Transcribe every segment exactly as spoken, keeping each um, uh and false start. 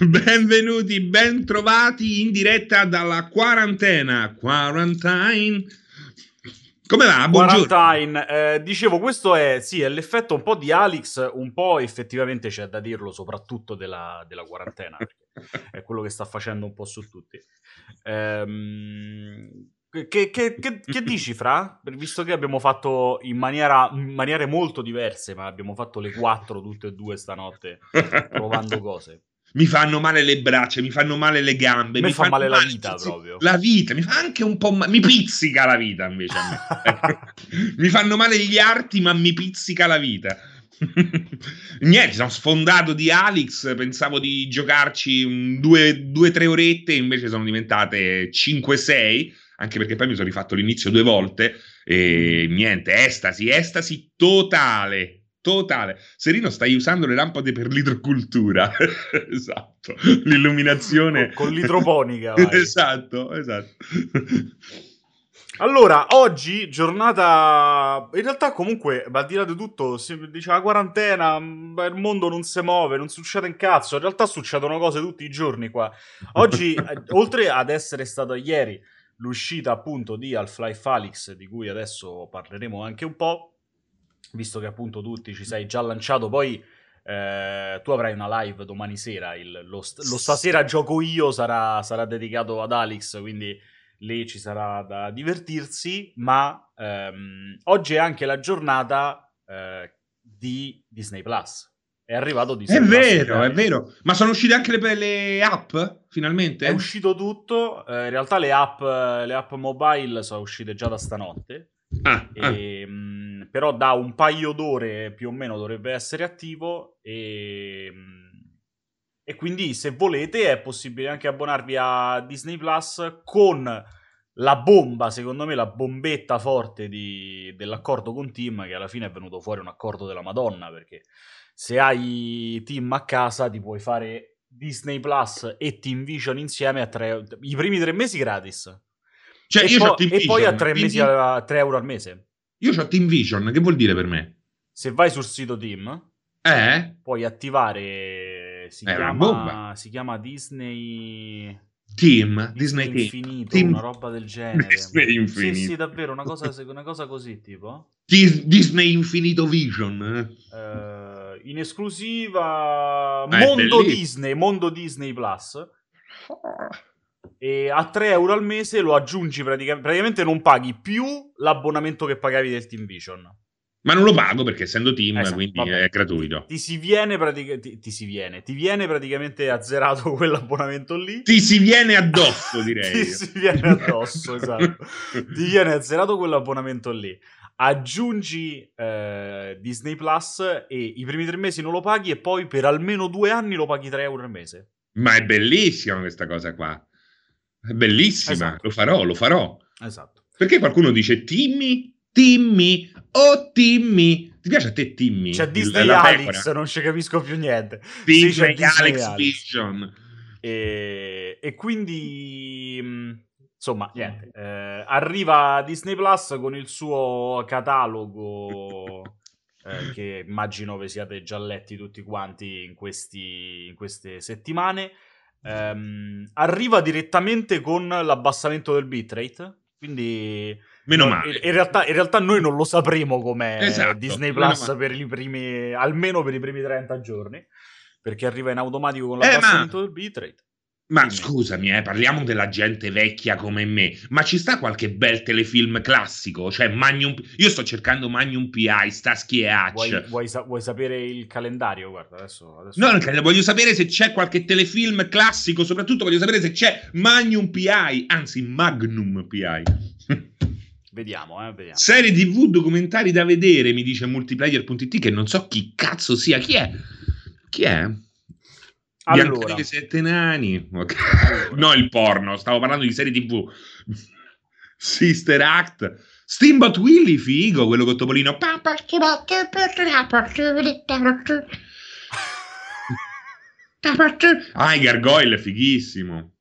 Benvenuti, ben trovati in diretta dalla quarantena. Quarantine. Come va? Buongiorno. Quarantine, eh, dicevo, questo è, sì, è l'effetto un po' di Alex, un po' effettivamente c'è da dirlo, soprattutto della, della quarantena, perché è quello che sta facendo un po' su tutti. Ehm, che, che- che- che dici, Fra? Visto che abbiamo fatto in, maniera, in maniere molto diverse, ma abbiamo fatto le quattro tutte e due stanotte, provando cose. Mi fanno male le braccia, mi fanno male le gambe, A me mi fa fanno male la male vita tutti- proprio. la vita, mi fa anche un po' male, mi pizzica la vita invece a me. Mi fanno male gli arti, ma mi pizzica la vita. Niente, sono sfondato di Alex, pensavo di giocarci un due, due, tre orette, invece sono diventate cinque sei, anche perché poi mi sono rifatto l'inizio due volte e Mhm. niente, estasi, estasi totale. Totale. Serino, stai usando le lampade per l'idrocultura. Esatto. L'illuminazione. Con, con l'idroponica, vai. Esatto, esatto. Allora, oggi giornata. In realtà, comunque, ma al di là di tutto, si dice la quarantena, mh, il mondo non si muove, non succede un cazzo. In realtà succedono cose tutti i giorni qua. Oggi, eh, oltre ad essere stata ieri l'uscita appunto di Half-Life Alyx, di cui adesso parleremo anche un po', visto che appunto tu ti ci sei già lanciato, poi eh, tu avrai una live domani sera. Il- lo, st- lo stasera gioco io sarà, sarà dedicato ad Alex, quindi lì ci sarà da divertirsi, ma ehm, oggi è anche la giornata eh, di Disney Plus. È arrivato È Disney Plus in vero, è Italia. vero. Ma sono uscite anche le, le app, È finalmente? uscito tutto, eh, in realtà le app, le app mobile sono uscite già da stanotte, Ah, ah. e, mh, però da un paio d'ore più o meno dovrebbe essere attivo e, mh, e quindi se volete è possibile anche abbonarvi a Disney Plus con la bomba, secondo me la bombetta forte di- dell'accordo con Tim, che alla fine è venuto fuori un accordo della Madonna, perché se hai Tim a casa ti puoi fare Disney Plus e Team Vision insieme a tre, i primi tre mesi gratis Cioè, e, io ho po- Team e poi a Vision, tre mesi quindi a tre euro al mese. io ho Team Vision, che vuol dire per me? Se vai sul sito Team Eh? puoi attivare, si È una bomba. chiama, si chiama Disney... Team, Disney Disney Team. Infinito, Team una roba del genere. Disney Sì, sì, Infinito. davvero, una cosa, una cosa così, tipo. Dis- Disney Infinito Vision. Eh? Eh, in esclusiva Ma è Mondo bellissimo. Disney, Mondo Disney Plus. E a tre euro al mese lo aggiungi praticamente, praticamente non paghi più l'abbonamento che pagavi del Team Vision. Ma non lo pago perché essendo team, Esatto, quindi è vabbè. gratuito. Ti si viene praticamente, ti, ti si viene, ti viene praticamente azzerato quell'abbonamento lì. Ti si viene addosso, Ti direi. si viene addosso, esatto. Ti viene azzerato quell'abbonamento lì. Aggiungi eh, Disney Plus e i primi tre mesi non lo paghi e poi per almeno due anni lo paghi tre euro al mese. Ma è bellissima questa cosa qua. È bellissima. Lo Esatto, farò, lo farò. esatto. Perché qualcuno dice Timmy, Timmy, oh Timmy. Ti piace a te Timmy? C'è Il- Disney la pecora? Alex, non ci capisco più niente. Sì, c'è Disney Disney Alex Alex. Vision. E, e quindi, mh, insomma, niente. eh, arriva Disney Plus con il suo catalogo, eh, che immagino vi siate già letti tutti quanti in, questi, in queste settimane. Ehm, arriva direttamente con l'abbassamento del bitrate. Quindi, Meno non- in, male. in realtà, in realtà noi non lo sapremo come Esatto, Disney meno Plus male. per i primi, almeno per i primi trenta giorni, perché arriva in automatico con Eh, ma l'abbassamento del bitrate. Ma Dimmi. scusami, eh, parliamo della gente vecchia come me, ma ci sta qualche bel telefilm classico? Cioè, Magnum... Io sto cercando Magnum P I, Starsky e Vuoi, Hutch. vuoi sa- vuoi sapere il calendario? Guarda, adesso, adesso No, te non lo credo, dico. voglio sapere se c'è qualche telefilm classico, soprattutto voglio sapere se c'è Magnum P I, anzi Magnum P I. Vediamo, eh, vediamo. Serie T V, documentari da vedere, mi dice multiplayer punto it, che non so chi cazzo sia. Chi è? Chi è? Biancaneve e Allora, i Sette Nani. Ok. allora. No, il porno, stavo parlando di serie T V. Sister Act. Steamboat Willie, figo, quello con Topolino. Ah, i Gargoyle, fighissimo.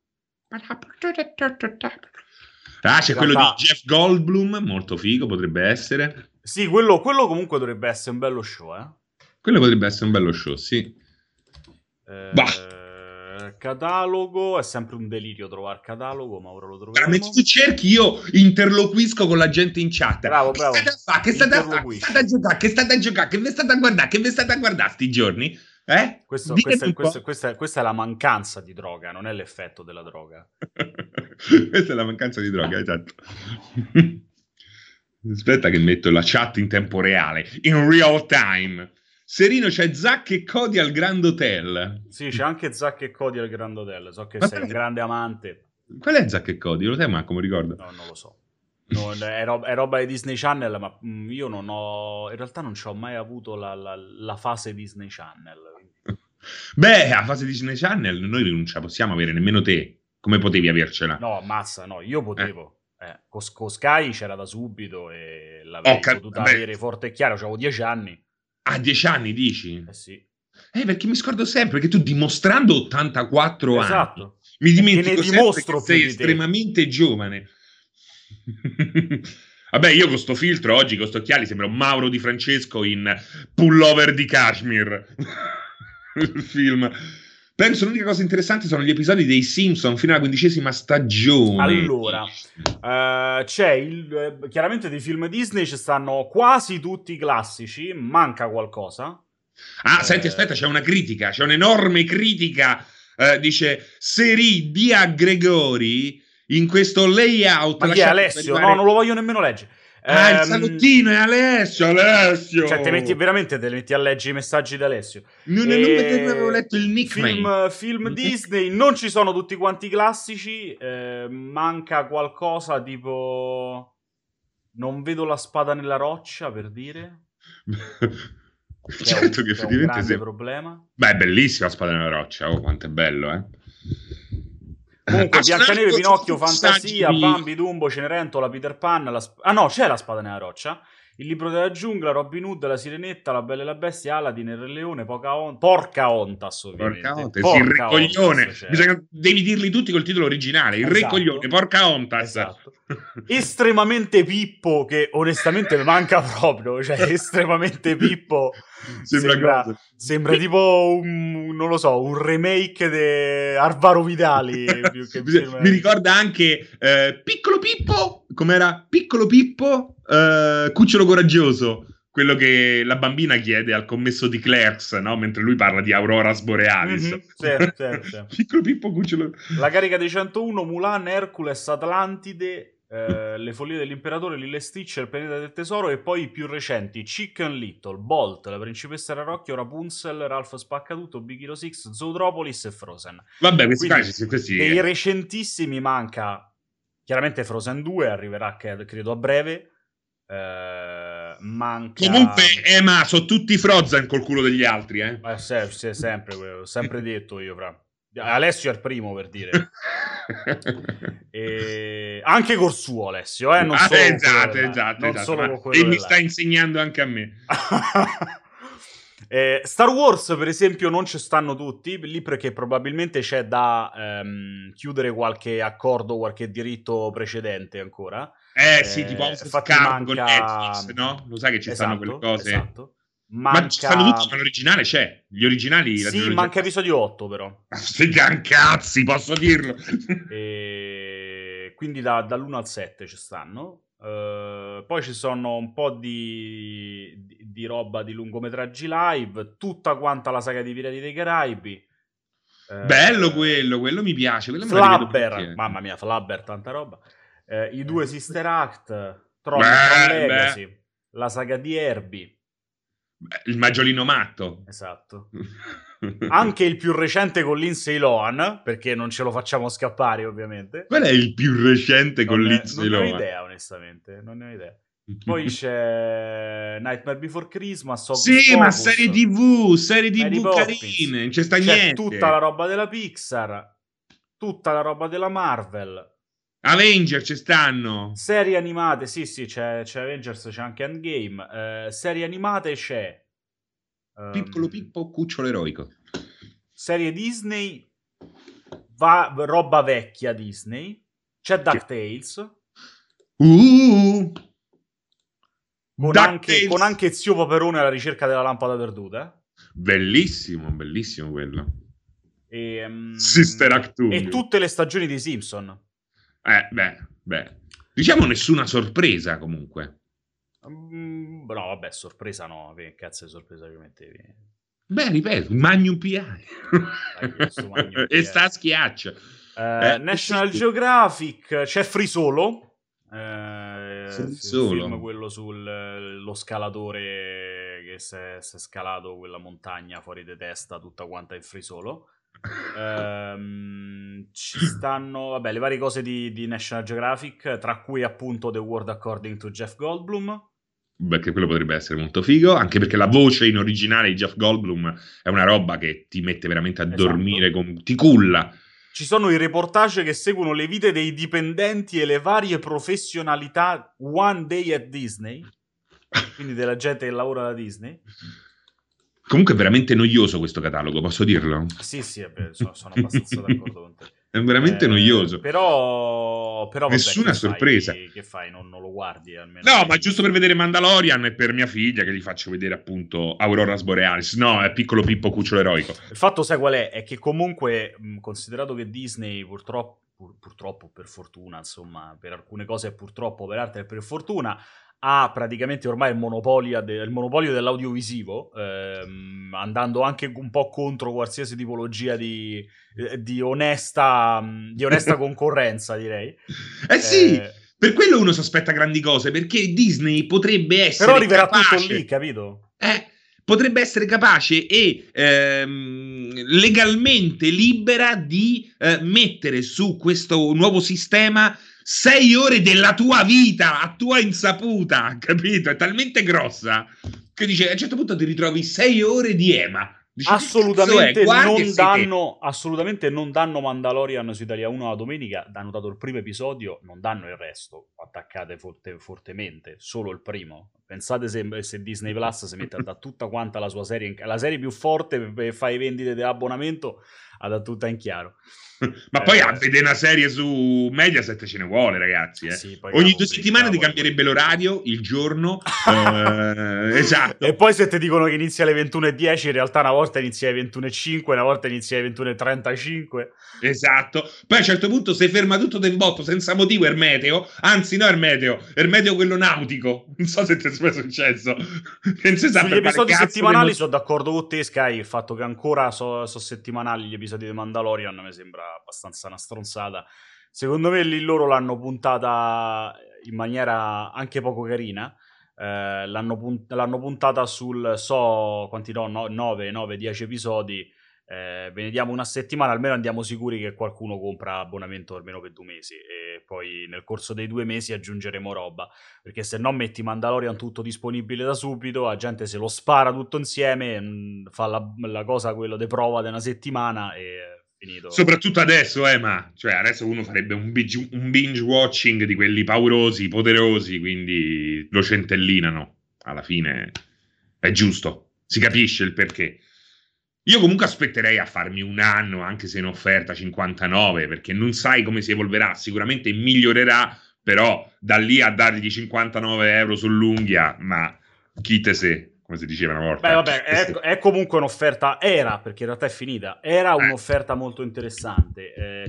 Ah, In c'è quello di realtà, Jeff Goldblum, molto figo, potrebbe essere. sì, quello, quello comunque dovrebbe essere un bello show, eh. Quello potrebbe essere un bello show, sì. Bah, Eh, Eh, catalogo, è sempre un delirio trovare catalogo, ma ora lo Mentre troveremo. tu cerchi, io interloquisco con la gente in chat. Bravo, Che bravo. state a fare? Che state a fare? Che Interloquisci. state a giocare? Che state a giocare? Che vi state a guardare? Che vi state a guardare sti giorni? Eh? Questo, Ditemi questa, un questa, po'. questa, questa è la mancanza di droga, non è l'effetto della droga. Questa è la mancanza di droga, esatto. Aspetta che metto la chat in tempo reale, in real time. Serino, c'è Zack e Cody al Grand Hotel. Sì, c'è anche Zack e Cody al Grand Hotel. So che Ma sei qual un è- grande amante. Qual è Zack e Cody? Lo sai, Marco, mi ricordo. No, non lo so. No, è, roba, è roba di Disney Channel, ma mm, io non ho... In realtà non ci ho mai avuto la, la, la fase Disney Channel. Beh, a fase Disney Channel noi non ce la possiamo avere, nemmeno te. Come potevi avercela? No, ammazza, no, io Eh. potevo. Eh, con, con Sky c'era da subito e l'avrei Ho cap- potuta beh. avere forte e chiaro. Avevo dieci anni. A dieci anni, dici? Eh sì. Eh, perché mi scordo sempre che tu dimostrando ottantaquattro anni, Esatto. mi E dimentico che ne sempre dimostro che sei più di te. estremamente giovane. Vabbè, io con sto filtro oggi, con sto occhiali, sembro Mauro Di Francesco in Pullover di Kashmir. Il film. Penso l'unica cosa interessante sono gli episodi dei Simpson fino alla quindicesima stagione. Allora, eh, c'è il, eh, chiaramente dei film Disney ci stanno quasi tutti i classici, manca qualcosa. Ah, Eh, senti, aspetta, c'è una critica, c'è un'enorme critica. Eh, dice Seri Dia Gregori in questo layout. Ma chi è lasciate Alessio? arrivare- No, non lo voglio nemmeno leggere. Ah, il Ehm, salottino è Alessio, Alessio. Cioè, te metti, veramente te metti a leggere i messaggi di Alessio. Non, non E- vedevo, avevo letto il nickname. Film, film Disney, non ci sono tutti quanti classici, eh, manca qualcosa tipo... Non vedo la spada nella roccia, per dire. Certo è un, che è un effettivamente grande sì. problema. Beh, è bellissima la spada nella roccia, oh, quanto è bello, eh. Comunque, Ah, Biancaneve, sono Pinocchio, tutti Fantasia, messaggi- Bambi, Dumbo, Cenerentola, Peter Pan, la sp- ah no, c'è la spada nella roccia. Il libro della giungla, Robin Hood, la Sirenetta, la Bella e la Bestia, Aladdin, il Re Leone, Pocahontas, Porcaontas ovviamente. Porca Ontas, il Re Porcaontas, Coglione. cioè. Bisogna- devi dirli tutti col titolo originale. Il Re Esatto. Coglione, Porca Ontas. Esatto. Estremamente Pippo, che onestamente mi manca proprio, cioè estremamente Pippo. Sembra Sembra, cosa. sembra tipo un, non lo so, un remake di Alvaro Vidali. Più che film. Mi ricorda anche eh, Piccolo Pippo, com'era? Piccolo Pippo, eh, Cucciolo Coraggioso, quello che la bambina chiede al commesso di Clerks, no? Mentre lui parla di Auroras Borealis. Mhm, sì, sì, sì. Piccolo Pippo, Cucciolo... La carica dei centouno, Mulan, Hercules, Atlantide, eh, Le follie dell'imperatore, Lilo e Stitch, Il pianeta del tesoro e poi i più recenti Chicken Little, Bolt, La principessa Rarocchio, Rapunzel, Ralph Spaccatutto, Big Hero sei, Zootropolis e Frozen. Vabbè, questi, Quindi, qua, questi... dei recentissimi manca chiaramente Frozen due, arriverà credo a breve. Eh, manca Comunque, eh, ma sono tutti Frozen col culo degli altri, eh. eh, se, se, sempre, ho sempre detto io, fra. Alessio è il primo, per dire. E... anche col suo Alessio, eh? Non ah, solo esatto, con esatto, non esatto, solo ma- con quello e mi là. sta insegnando anche a me. eh, Star Wars, per esempio, non ci stanno tutti lì perché probabilmente c'è da ehm, chiudere qualche accordo, qualche diritto precedente ancora. Eh sì, Eh, tipo House of infatti Cards con manca- Netflix, no? Lo sai che ci Esatto, stanno quelle cose? esatto. Ma ci stanno Manca... tutti, ma l'originale c'è. Gli originali... la Sì, trilogia- manca episodio otto però. Sti gran cazzi, posso dirlo. E quindi da- dall'uno al sette ci stanno. Eh, poi ci sono un po' di, di, di roba di lungometraggi live, tutta quanta la saga di Pirati dei Caraibi. Eh, Bello quello, quello mi piace. Quello me lo rivedo Flubber, volentieri. mamma mia, Flubber, tanta roba. Eh, I due Sister Act, Tron, Beh, Tron beh. Legacy, la saga di Herbie. Beh, il Maggiolino matto. Esatto. Anche il più recente con Lindsay Lohan, perché non ce lo facciamo scappare, ovviamente. Qual è il più recente con Non ne- Lindsay Non ne ho Lohan? idea, onestamente. Non ne ho idea. Poi c'è Nightmare Before Christmas, Hocus Sì, ma Pocus, serie tivù, serie Mary tivù Poppins. carine, non c'è sta C'è niente. tutta la roba della Pixar, tutta la roba della Marvel, Avenger ci stanno. serie animate, sì sì, c'è, c'è Avengers, c'è anche Endgame, eh, serie animate c'è ehm, Piccolo Pippo, cucciolo eroico. serie Disney, va, roba vecchia Disney, c'è DuckTales, Uh, con DuckTales. anche, con anche Zio Paperone alla ricerca della lampada perduta. Bellissimo, bellissimo quello. E, Sister um, Actung. e tutte le stagioni di Simpson. Eh, beh, beh. Diciamo nessuna sorpresa, comunque. Um, no, vabbè, sorpresa no. Che cazzo di sorpresa che mettevi? Beh, ripeto, Magnum P I. Magnum P I. E sta a schiaccio. Uh, Eh, National sì. Geographic, c'è Free Solo. Eh, Free il Solo. film quello sullo scalatore che si è, si è scalato quella montagna fuori di testa tutta quanta in Free Solo. Um, ci stanno vabbè le varie cose di, di National Geographic, tra cui appunto The World According to Jeff Goldblum. Perché quello potrebbe essere molto figo, anche perché la voce in originale di Jeff Goldblum è una roba che ti mette veramente a Esatto. dormire, con... ti culla. Ci sono i reportage che seguono le vite dei dipendenti e le varie professionalità One Day at Disney, quindi della gente che lavora da Disney. Comunque è veramente noioso questo catalogo, posso dirlo? Sì, sì, beh, sono, sono abbastanza d'accordo con te. È veramente eh, noioso. Però, però vabbè, Nessuna che sorpresa. Fai, che fai? Non, non lo guardi almeno? No, ma giusto per vedere Mandalorian e per mia figlia che gli faccio vedere appunto Auroras Borealis. No, è Piccolo Pippo Cucciolo Eroico. Il fatto, sai qual è? È che comunque, mh, considerato che Disney purtroppo, pur, purtroppo per fortuna, insomma, per alcune cose è purtroppo, per altre è per fortuna, ha praticamente ormai il monopolio, de- il monopolio dell'audiovisivo, ehm, andando anche un po' contro qualsiasi tipologia di, eh, di onesta, mh, di onesta concorrenza, direi. Eh sì, Eh, per quello uno si aspetta grandi cose, perché Disney potrebbe essere però arriverà capace, tutto lì, capito? Eh, potrebbe essere capace e ehm, legalmente libera di eh, mettere su questo nuovo sistema sei ore della tua vita a tua insaputa, capito? È talmente grossa che dice a un certo punto ti ritrovi sei ore di Ema. Dici, Assolutamente, Guardi, non danno, assolutamente non danno Mandalorian su Italia uno la domenica, hanno dato il primo episodio, non danno il resto, attaccate forte, fortemente, solo il primo. Pensate se, se Disney Plus si mette a dare tutta quanta la sua serie, in, la serie più forte per, per fare vendite dell'abbonamento, ha dato tutta in chiaro. Ma poi eh, a vedere una serie su Mediaset ce ne vuole, ragazzi. Eh. Sì, poi ogni capo, due settimane ti capo, cambierebbe l'orario, il giorno. eh, esatto. E poi se ti dicono che inizia alle ventuno e dieci, in realtà una volta inizia alle ventuno e cinque, una volta inizia alle ventuno e trentacinque. Esatto. Poi a un certo punto si ferma tutto del botto senza motivo Ermeteo. Anzi, no, Ermeteo, Ermeteo quello nautico. Non so se ti è mai successo. Non si sa Sugli per episodi cazzo settimanali mo- sono d'accordo con te, Sky. Il fatto che ancora sono so settimanali gli episodi di Mandalorian mi sembra abbastanza una stronzata. Secondo me lì loro l'hanno puntata in maniera anche poco carina. Eh, l'hanno, punt- l'hanno puntata sul so quanti no, nove, dieci episodi. Eh, ve ne diamo una settimana, almeno andiamo sicuri che qualcuno compra abbonamento almeno per due mesi e poi nel corso dei due mesi aggiungeremo roba, perché se no metti Mandalorian tutto disponibile da subito, la gente se lo spara tutto insieme, mh, fa la, la cosa quello di prova di una settimana e è finito. Soprattutto adesso, eh, ma cioè adesso uno farebbe un binge, un binge watching di quelli paurosi, poderosi, quindi lo centellinano. Alla fine è giusto, si capisce il perché. Io comunque aspetterei a farmi un anno, anche se in offerta cinquantanove, perché non sai come si evolverà, sicuramente migliorerà, però da lì a dargli cinquantanove euro sull'unghia, ma chi te se, come si diceva una volta. Beh, vabbè, è, è comunque un'offerta, era, perché in realtà è finita, era Eh. un'offerta molto interessante. Eh,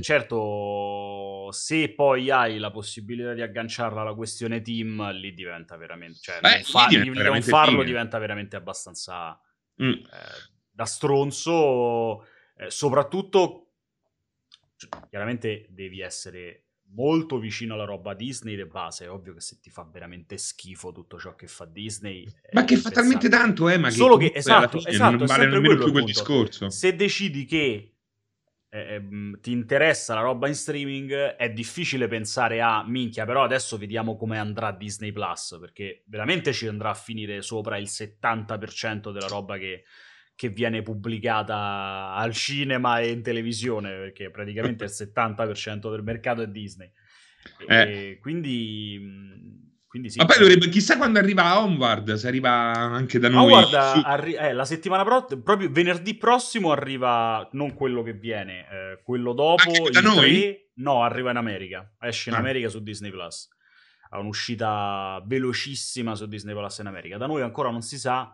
certo, se poi hai la possibilità di agganciarla alla questione team, lì diventa veramente, cioè, Beh, non, fa- lì diventa non veramente farlo figa. diventa veramente abbastanza Mm. eh, da stronzo, eh, soprattutto, cioè, chiaramente devi essere molto vicino alla roba Disney di base. È ovvio che se ti fa veramente schifo tutto ciò che fa Disney, Ma che è fa talmente pensabile. tanto, eh, ma che Solo che, comunque alla esatto, fine esatto, non è vale sempre nemmeno quello più il quel punto. discorso. Se decidi che eh, ehm, ti interessa la roba in streaming, è difficile pensare a minchia, però adesso vediamo come andrà Disney Plus, perché veramente ci andrà a finire sopra il settanta per cento della roba che, che viene pubblicata al cinema e in televisione, perché praticamente il settanta per cento del mercato è Disney. E Eh. quindi... Quindi sì. Ma poi dovrebbe, chissà quando arriva a Onward, se arriva anche da Ma noi. guarda, Su... arri- eh, la settimana prossima, proprio venerdì prossimo arriva, non quello che viene, eh, quello dopo, Anche da il noi? tre, no, arriva in America, esce in Ah. America su Disney Plus. Ha un'uscita velocissima su Disney Plus in America. Da noi ancora non si sa,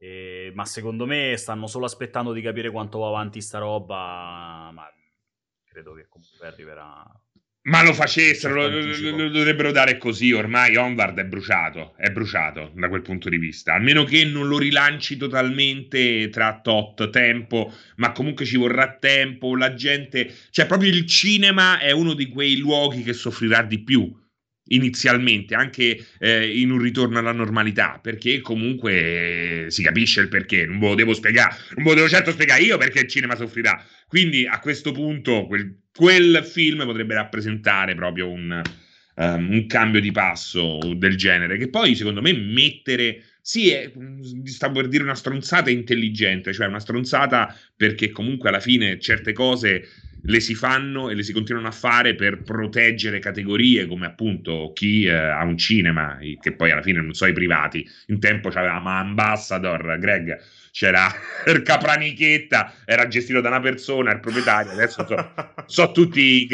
E, ma secondo me stanno solo aspettando di capire quanto va avanti sta roba, ma credo che comunque arriverà. Ma lo facessero, lo, lo, lo dovrebbero dare così, ormai Onward è bruciato, è bruciato da quel punto di vista, almeno che non lo rilanci totalmente tra tot tempo, ma comunque ci vorrà tempo, la gente, cioè proprio il cinema è uno di quei luoghi che soffrirà di più inizialmente, anche eh, in un ritorno alla normalità, perché comunque eh, si capisce il perché, non ve lo devo spiegare, non ve lo devo certo spiegare io perché il cinema soffrirà. Quindi a questo punto quel, quel film potrebbe rappresentare proprio un, um, un cambio di passo del genere, che poi secondo me mettere, sì, è, stavo per dire una stronzata intelligente, cioè una stronzata perché comunque alla fine certe cose le si fanno e le si continuano a fare per proteggere categorie come appunto chi eh, ha un cinema, che poi alla fine non so i privati, in tempo c'avevamo Ambassador, Greg, c'era il Capranichetta, era gestito da una persona, il proprietario, adesso so, so tutti i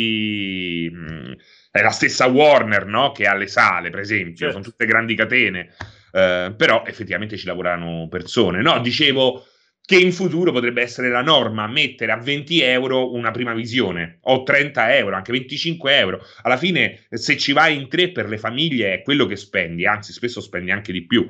grandi, mh, è la stessa Warner, no? Che ha le sale, per esempio, certo. Sono tutte grandi catene, eh, però effettivamente ci lavorano persone. No, dicevo che in futuro potrebbe essere la norma mettere a venti euro una prima visione, o trenta euro, anche venticinque euro. Alla fine, se ci vai in tre per le famiglie è quello che spendi, anzi spesso spendi anche di più.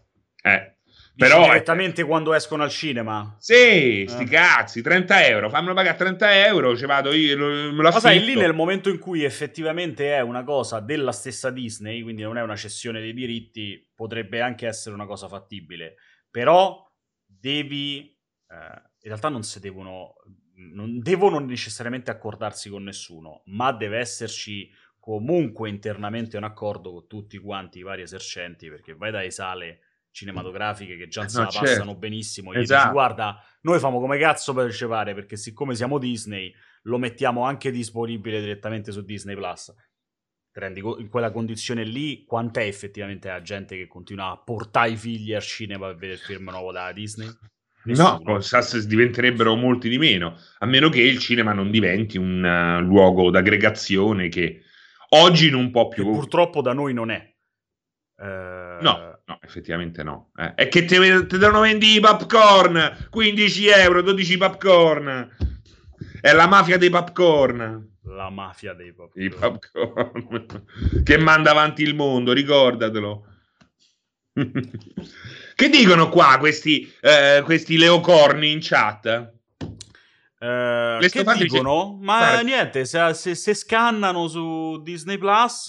Eh. Però direttamente è... quando escono al cinema. Sì, sti eh. cazzi, trenta euro, fammelo pagare trenta euro, ci vado io, me lo Ma sai, lì nel momento in cui effettivamente è una cosa della stessa Disney, quindi non è una cessione dei diritti, potrebbe anche essere una cosa fattibile. Però devi, eh, in realtà non si devono, non devono necessariamente accordarsi con nessuno, ma deve esserci comunque internamente un accordo con tutti quanti i vari esercenti, perché vai dalle sale cinematografiche che già no, se la certo. passano benissimo, gli esatto. dici guarda, noi famo come cazzo per ricevere, perché siccome siamo Disney lo mettiamo anche disponibile direttamente su Disney Plus. Ti rendi in quella condizione lì quant'è effettivamente la gente che continua a portare i figli al cinema per vedere il film nuovo da Disney? Nessuno. No, S diventerebbero molti di meno, a meno che il cinema non diventi un uh, luogo d'aggregazione che oggi non può più. E purtroppo da noi non è. Uh... No, no, effettivamente no. Eh, è che te, te devono vendere i popcorn, quindici euro, dodici popcorn. È la mafia dei popcorn. La mafia dei popcorn. I popcorn. Che manda avanti il mondo, ricordatelo. Che dicono qua questi, eh, questi leocorni in chat? Uh, che dicono? Ma Guarda. niente, se, se, se scannano su Disney Plus...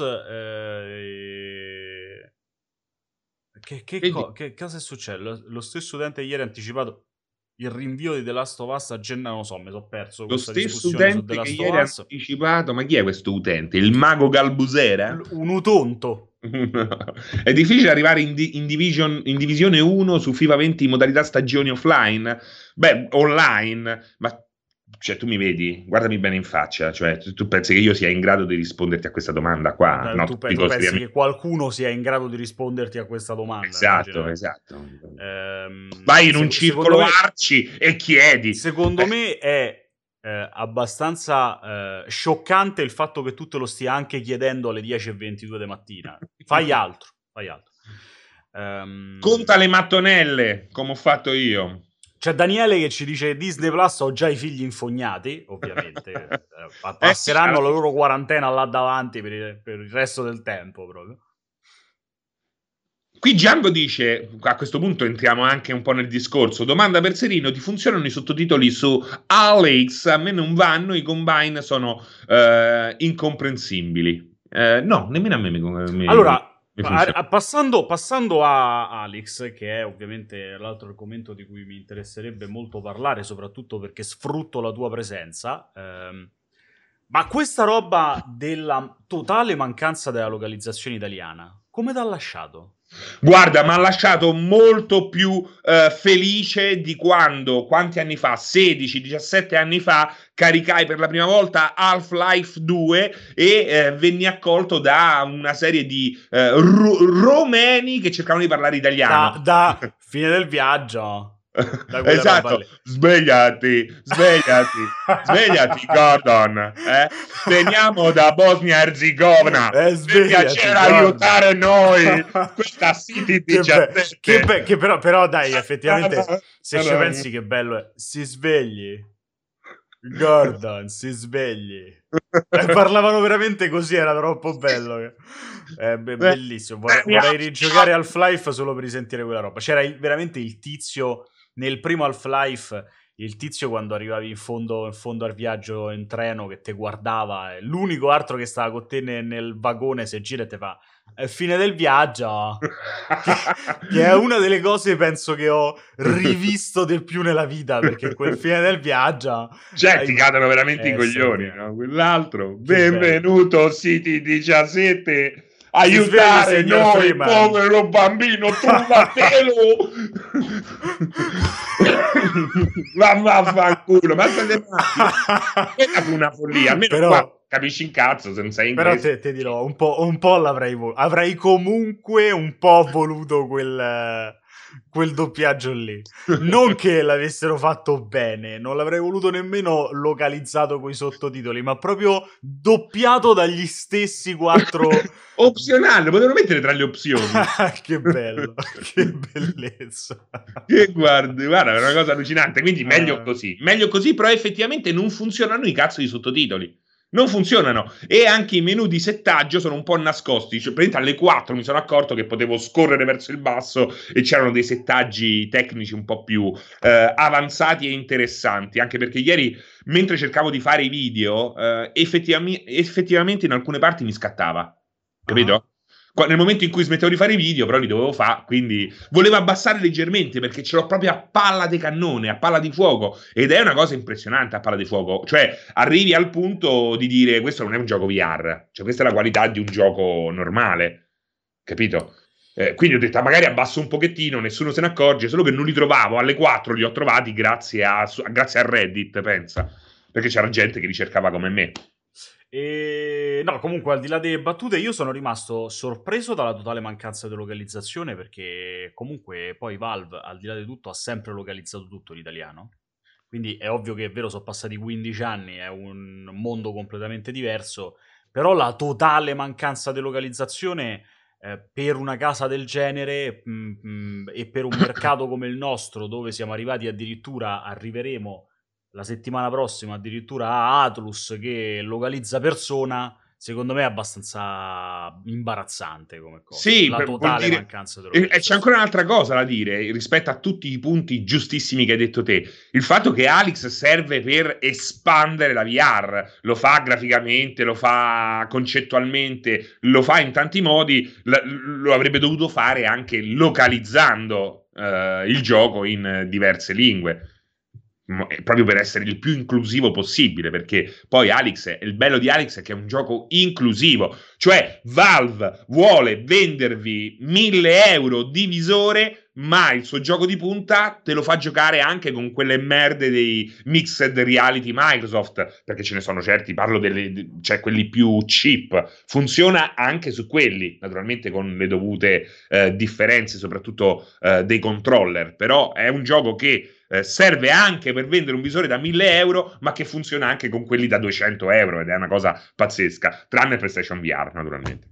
Eh, che, che, co che cosa è successo? Lo, lo stesso utente ieri ha anticipato il rinvio di The Last of Us a gennaio, non lo so, mi sono perso lo stesso utente che ieri ha anticipato, ma chi è questo utente? Il mago Galbusera? L un utonto. È difficile arrivare in, di in, division in divisione uno su FIFA venti in modalità stagioni offline? Beh, online, ma cioè tu mi vedi, guardami bene in faccia, cioè tu, tu pensi che io sia in grado di risponderti a questa domanda qua? Eh, no, tu, pe tu pensi che qualcuno sia in grado di risponderti a questa domanda? Esatto, esatto. Ehm, Vai in un circolo me, arci e chiedi. Secondo eh. me è eh, abbastanza eh, scioccante il fatto che tu te lo stia anche chiedendo alle dieci e ventidue di mattina. Fai altro, fai altro. Um, Conta le mattonelle, come ho fatto io. C'è Daniele che ci dice Disney Plus ho già i figli infognati, ovviamente. Passeranno eh sì, la loro quarantena là davanti per il, per il resto del tempo proprio. Qui Django dice, a questo punto entriamo anche un po' nel discorso, domanda per Serino, ti funzionano i sottotitoli su Alex? A me non vanno, i combine sono uh, incomprensibili. Uh, no, nemmeno a me mi, mi Allora... A, a, passando, passando a Alex, che è ovviamente l'altro argomento di cui mi interesserebbe molto parlare, soprattutto perché sfrutto la tua presenza, ehm, ma questa roba della totale mancanza della localizzazione italiana, come ti ha lasciato? Guarda, mi ha lasciato molto più eh, felice di quando, quanti anni fa, sedici diciassette anni fa, caricai per la prima volta Half-Life due e eh, venni accolto da una serie di eh, ro romeni che cercavano di parlare italiano. Da, da fine del viaggio. Esatto, svegliati, svegliati, svegliati Gordon, eh? Veniamo da Bosnia Erzegovina, eh, per piacere aiutare noi, questa City diciassette. Che, be- che, be- che però, però dai, effettivamente, se ci pensi che bello è, si svegli, Gordon, si svegli. Eh, parlavano veramente così, era troppo bello. È be- bellissimo. Vorrei, vorrei rigiocare Half-Life solo per risentire quella roba. C'era il, veramente il tizio nel primo Half-Life, il tizio quando arrivavi in fondo, in fondo al viaggio in treno che te guardava, l'unico altro che stava con te nel, nel vagone si gira e te fa è fine del viaggio, che, che è una delle cose penso che ho rivisto del più nella vita, perché quel fine del viaggio cioè hai... ti cadono veramente eh, i coglioni, no? Quell'altro che benvenuto bello. City diciassette, aiutare noi Freeman. Povero bambino truvatelo. Vaffanculo, ma state quella fu una follia, almeno però... qua capisci in cazzo senza inglese. Però te, te dirò, un po', un po' l'avrei voluto. Avrei comunque un po' voluto quel, quel doppiaggio lì. Non che l'avessero fatto bene, non l'avrei voluto nemmeno localizzato coi sottotitoli, ma proprio doppiato dagli stessi quattro... Opzionale, potevano mettere tra le opzioni. Che bello, che bellezza. Che guardi, guarda, è una cosa allucinante. Quindi meglio uh... così. Meglio così, però effettivamente non funzionano i cazzo di sottotitoli. Non funzionano, e anche i menu di settaggio sono un po' nascosti. Cioè, praticamente alle quattro mi sono accorto che potevo scorrere verso il basso e c'erano dei settaggi tecnici un po' più eh, avanzati e interessanti, anche perché ieri mentre cercavo di fare i video eh, effettivamente, effettivamente in alcune parti mi scattava, capito? Uh-huh. Nel momento in cui smettevo di fare i video, però li dovevo fare, quindi volevo abbassare leggermente perché ce l'ho proprio a palla di cannone, a palla di fuoco, ed è una cosa impressionante a palla di fuoco. Cioè, arrivi al punto di dire questo non è un gioco V R, cioè questa è la qualità di un gioco normale, capito? Eh, quindi ho detto, ah, magari abbasso un pochettino, nessuno se ne accorge, solo che non li trovavo, alle quattro li ho trovati grazie a, grazie a Reddit, pensa, perché c'era gente che li cercava come me. E no, comunque al di là delle battute io sono rimasto sorpreso dalla totale mancanza di localizzazione, perché comunque poi Valve al di là di tutto ha sempre localizzato tutto in italiano, quindi è ovvio che è vero, sono passati quindici anni, è un mondo completamente diverso, però la totale mancanza di localizzazione eh, per una casa del genere mh, mh, e per un mercato come il nostro, dove siamo arrivati addirittura, arriveremo la settimana prossima addirittura a Atlus che localizza Persona, secondo me è abbastanza imbarazzante come cosa. Sì, la totale dire... mancanza di e c'è ancora un'altra cosa da dire rispetto a tutti i punti giustissimi che hai detto te, il fatto che Alyx serve per espandere la V R, lo fa graficamente, lo fa concettualmente, lo fa in tanti modi, lo avrebbe dovuto fare anche localizzando uh, il gioco in diverse lingue, proprio per essere il più inclusivo possibile, perché poi Alyx, il bello di Alyx è che è un gioco inclusivo, cioè Valve vuole vendervi mille euro di visore, ma il suo gioco di punta te lo fa giocare anche con quelle merde dei mixed reality Microsoft, perché ce ne sono certi, parlo delle, cioè quelli più cheap, funziona anche su quelli, naturalmente con le dovute eh, differenze, soprattutto eh, dei controller, però è un gioco che Eh, serve anche per vendere un visore da mille euro, ma che funziona anche con quelli da duecento euro, ed è una cosa pazzesca, tranne PlayStation V R naturalmente.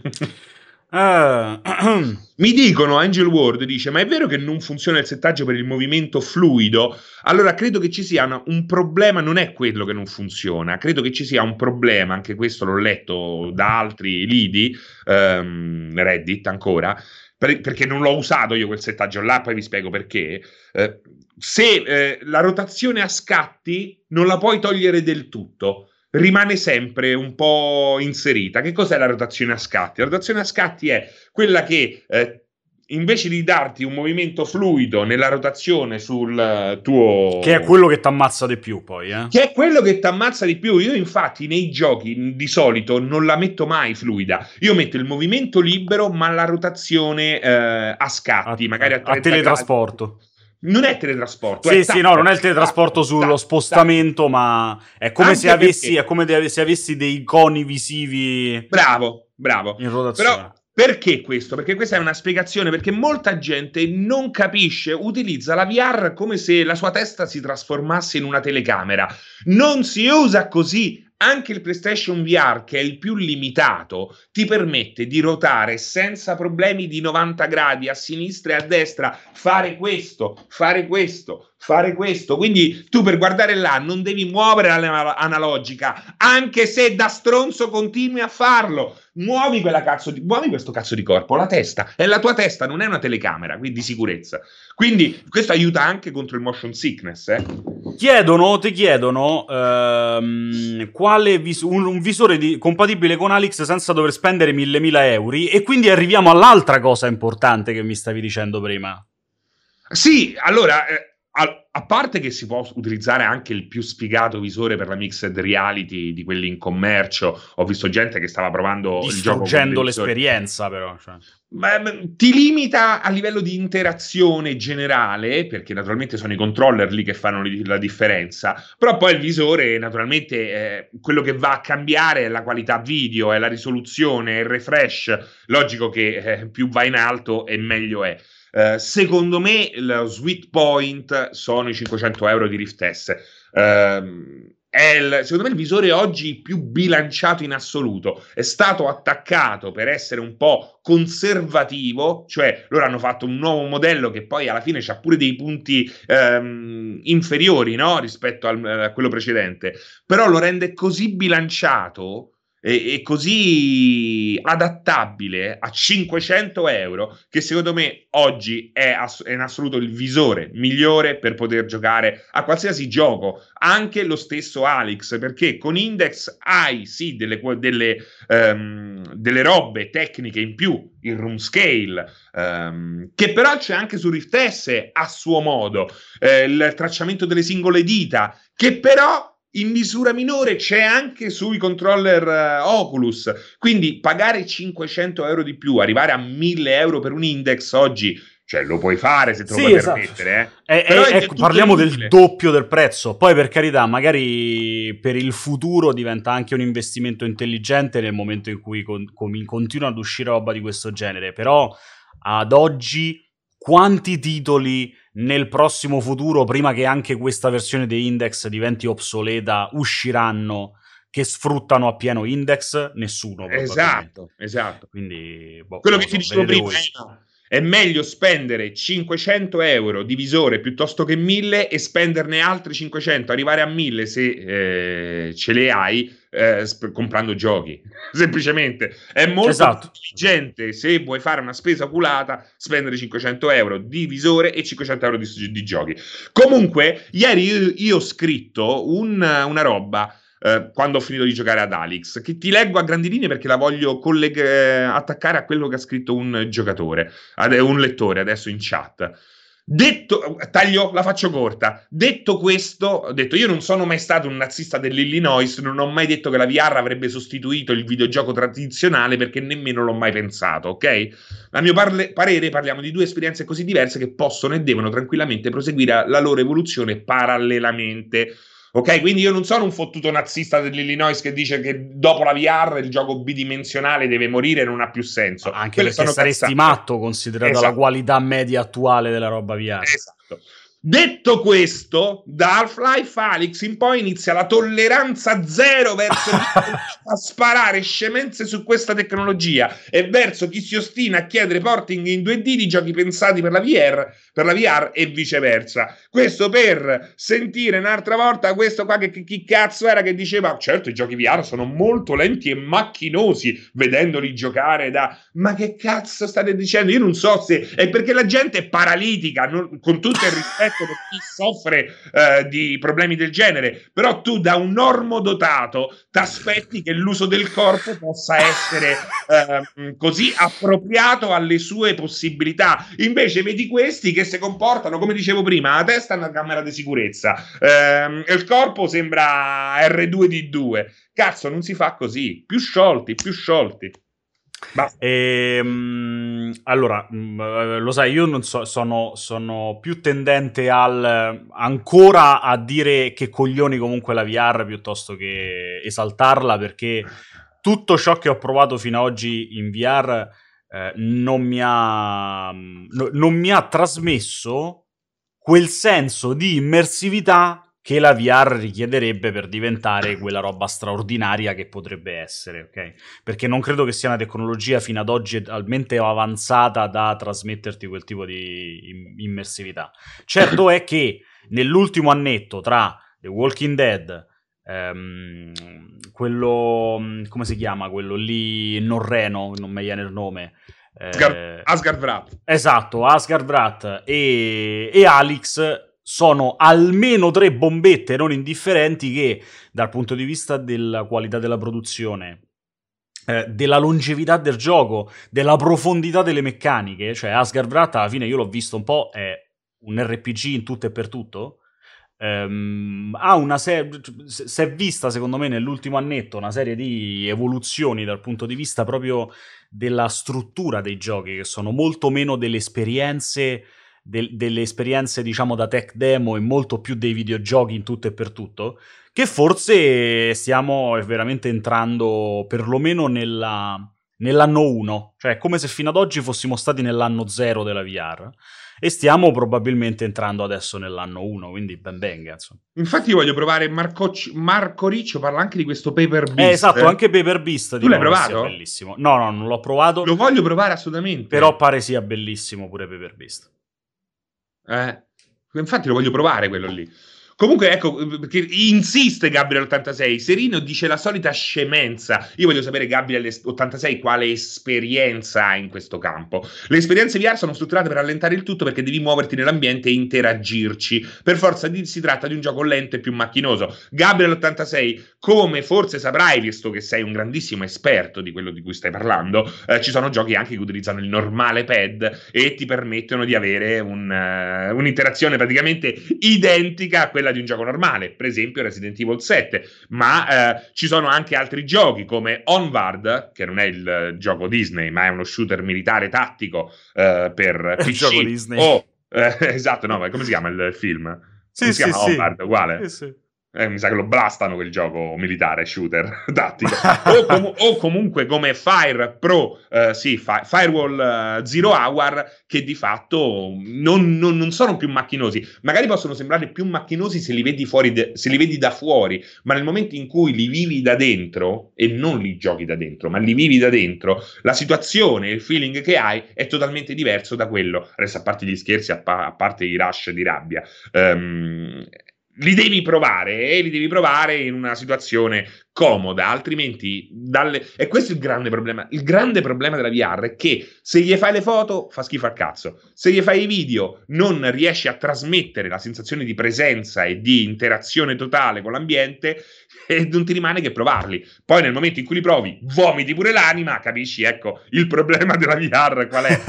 uh, Mi dicono, Angel Ward dice, ma è vero che non funziona il settaggio per il movimento fluido? Allora credo che ci sia una, un problema, non è quello che non funziona, credo che ci sia un problema, anche questo l'ho letto da altri lidi, um, Reddit ancora, per, perché non l'ho usato io quel settaggio là, poi vi spiego perché. Eh, se eh, la rotazione a scatti non la puoi togliere del tutto, rimane sempre un po' inserita. Che cos'è la rotazione a scatti? La rotazione a scatti è quella che eh, invece di darti un movimento fluido nella rotazione sul tuo... Che è quello che ti ammazza di più poi, eh? Che è quello che ti ammazza di più. Io infatti nei giochi di solito non la metto mai fluida. Io metto il movimento libero, ma la rotazione eh, a scatti, a, magari a, a teletrasporto. Gradi. Non è teletrasporto. Sì, è sì, tac, no, non è il teletrasporto tac, sullo tac, spostamento, tac. Ma è come se avessi, è come se avessi dei coni visivi. Bravo, bravo. In rotazione. Però Perché questo? Perché questa è una spiegazione, perché molta gente non capisce, utilizza la V R come se la sua testa si trasformasse in una telecamera. Non si usa così. Anche il PlayStation V R, che è il più limitato, ti permette di ruotare senza problemi di novanta gradi a sinistra e a destra, fare questo, fare questo, fare questo. Quindi tu per guardare là non devi muovere l'analogica, anche se da stronzo continui a farlo. Muovi quella cazzo di, muovi questo cazzo di corpo, la testa, è la tua testa, non è una telecamera, quindi sicurezza. Quindi questo aiuta anche contro il motion sickness, eh. Chiedono, ti chiedono ehm, quale vis- un, un visore di- compatibile con Alix senza dover spendere millemila euro, e quindi arriviamo all'altra cosa importante che mi stavi dicendo prima. Sì, allora, eh, a, a parte che si può utilizzare anche il più sfigato visore per la mixed reality di quelli in commercio, ho visto gente che stava provando il gioco con Distruggendo dei visori. l'esperienza, però. Cioè. Ma, ma, ti limita a livello di interazione generale, perché naturalmente sono i controller lì che fanno li- la differenza, però poi il visore naturalmente eh, quello che va a cambiare è la qualità video, è la risoluzione, è il refresh. Logico che eh, più va in alto e meglio è. Uh, secondo me lo sweet point sono i cinquecento euro di Rift S. Uh, è il, secondo me il visore oggi più bilanciato in assoluto. È stato attaccato per essere un po' conservativo, cioè loro hanno fatto un nuovo modello che poi alla fine c'ha pure dei punti um, inferiori, no? Rispetto al, a quello precedente, però lo rende così bilanciato e così adattabile a cinquecento euro che secondo me oggi è, ass- è in assoluto il visore migliore per poter giocare a qualsiasi gioco, anche lo stesso Alix, perché con Index hai sì delle, delle, um, delle robe tecniche in più, il room scale, um, che però c'è anche su Rift S a suo modo, eh, il tracciamento delle singole dita, che però in misura minore c'è anche sui controller uh, Oculus. Quindi pagare cinquecento euro di più, arrivare a mille euro per un Index oggi, cioè lo puoi fare se te lo sì, puoi esatto. permettere, eh. è, Però è, è ecco, parliamo del doppio del prezzo. Poi per carità, magari per il futuro diventa anche un investimento intelligente nel momento in cui con, con, continua ad uscire roba di questo genere. Però ad oggi quanti titoli nel prossimo futuro, prima che anche questa versione di Index diventi obsoleta, usciranno che sfruttano appieno Index? Nessuno, esatto, esatto. Quindi, boh, quello che so, ti dicevo prima voi. è, è meglio spendere cinquecento euro di visore piuttosto che mille e spenderne altri cinquecento, arrivare a mille se eh, ce le hai eh, sp- comprando giochi. Semplicemente è molto esatto. intelligente, se vuoi fare una spesa oculata, spendere cinquecento euro di visore e cinquecento euro di, di giochi. Comunque ieri io, io ho scritto un, una roba Uh, quando ho finito di giocare ad Alix, che ti leggo a grandi linee perché la voglio colleg- eh, attaccare a quello che ha scritto un giocatore, ad- un lettore adesso in chat. Detto, taglio, la faccio corta. Detto questo, ho detto: io non sono mai stato un nazista dell'Illinois, non ho mai detto che la V R avrebbe sostituito il videogioco tradizionale perché nemmeno l'ho mai pensato, ok? A mio parle- parere parliamo di due esperienze così diverse che possono e devono tranquillamente proseguire la loro evoluzione parallelamente. Ok, quindi io non sono un fottuto nazista dell'Illinois che dice che dopo la V R il gioco bidimensionale deve morire e non ha più senso. Anche Quelle perché sono saresti cazzate. matto considerata Esatto. la qualità media attuale della roba V R. Esatto. Detto questo, da Half-Life Alyx in poi inizia la tolleranza zero verso chi a sparare scemenze su questa tecnologia e verso chi si ostina a chiedere porting in due D di giochi pensati per la V R, per la V R e viceversa. Questo per sentire un'altra volta questo qua che, che chi cazzo era che diceva: certo, i giochi V R sono molto lenti e macchinosi vedendoli giocare da... Ma che cazzo state dicendo? Io non so se... È perché la gente è paralitica, non... con tutto il rispetto per chi soffre eh, di problemi del genere, però tu da un normodotato ti aspetti che l'uso del corpo possa essere eh, così appropriato alle sue possibilità. Invece vedi questi che si comportano, come dicevo prima, la testa è una camera di sicurezza, eh, il corpo sembra R due D due. Cazzo, non si fa così. Più sciolti, più sciolti. Ehm, allora, mh, lo sai, io non so, sono, sono più tendente al ancora a dire che coglioni comunque la V R piuttosto che esaltarla, perché tutto ciò che ho provato fino ad oggi in V R eh, non mi ha no, non mi ha trasmesso quel senso di immersività che la V R richiederebbe per diventare quella roba straordinaria che potrebbe essere, ok? Perché non credo che sia una tecnologia fino ad oggi talmente avanzata da trasmetterti quel tipo di immersività. Certo è che nell'ultimo annetto tra The Walking Dead, ehm, quello, come si chiama? Quello lì Norreno, non mi viene il nome. Eh, Asgard Wrath. Esatto, Asgard Wrath e, e Alyx sono almeno tre bombette non indifferenti che, dal punto di vista della qualità della produzione, eh, della longevità del gioco, della profondità delle meccaniche, cioè Asgard Wrath alla fine io l'ho visto un po', è un R P G in tutto e per tutto, Um, ha una serie, si è vista secondo me nell'ultimo annetto una serie di evoluzioni dal punto di vista proprio della struttura dei giochi, che sono molto meno delle esperienze del, delle esperienze diciamo da tech demo e molto più dei videogiochi in tutto e per tutto, che forse stiamo veramente entrando perlomeno nella, nell'anno uno, cioè è come se fino ad oggi fossimo stati nell'anno zero della V R e stiamo probabilmente entrando adesso nell'anno uno, quindi ben venga, insomma. Infatti io voglio provare Marco, Marco Riccio parla anche di questo Paper Beast. Eh, esatto, anche Paper Beast. Tu l'hai provato? Bellissimo. No, no, non l'ho provato. Lo voglio provare assolutamente. Però pare sia bellissimo pure Paper Beast. Eh, infatti lo voglio provare quello lì. Comunque, ecco, perché insiste Gabriel ottantasei, Serino dice la solita scemenza. Io voglio sapere, Gabriel ottantasei, quale esperienza ha in questo campo. Le esperienze V R sono strutturate per rallentare il tutto perché devi muoverti nell'ambiente e interagirci. Per forza di, si tratta di un gioco lento e più macchinoso. Gabriel ottantasei, come forse saprai, visto che sei un grandissimo esperto di quello di cui stai parlando, eh, ci sono giochi anche che utilizzano il normale pad e ti permettono di avere un, uh, un'interazione praticamente identica a quella di un gioco normale, per esempio Resident Evil sette, ma eh, ci sono anche altri giochi come Onward, che non è il gioco Disney, ma è uno shooter militare tattico eh, per P C. Gioco Disney. O, eh, esatto, no, ma come si chiama il film? Come sì, si sì, chiama sì. Onward, uguale? Sì, sì. Eh, mi sa che lo blastano quel gioco militare, shooter, tattico. o, com- o comunque come Fire Pro, eh, sì, fi- Firewall uh, Zero Hour, che di fatto non, non, non sono più macchinosi. Magari possono sembrare più macchinosi se li vedi fuori, de- se li vedi da fuori, ma nel momento in cui li vivi da dentro, e non li giochi da dentro, ma li vivi da dentro, la situazione, il feeling che hai è totalmente diverso da quello. Adesso, a parte gli scherzi, a, pa- a parte i rush di rabbia, um, li devi provare e li devi provare in una situazione comoda, altrimenti dalle... e questo è il grande problema. Il grande problema della V R è che se gli fai le foto fa schifo al cazzo, se gli fai i video non riesci a trasmettere la sensazione di presenza e di interazione totale con l'ambiente e non ti rimane che provarli. Poi nel momento in cui li provi vomiti pure l'anima, capisci, ecco, il problema della V R qual è?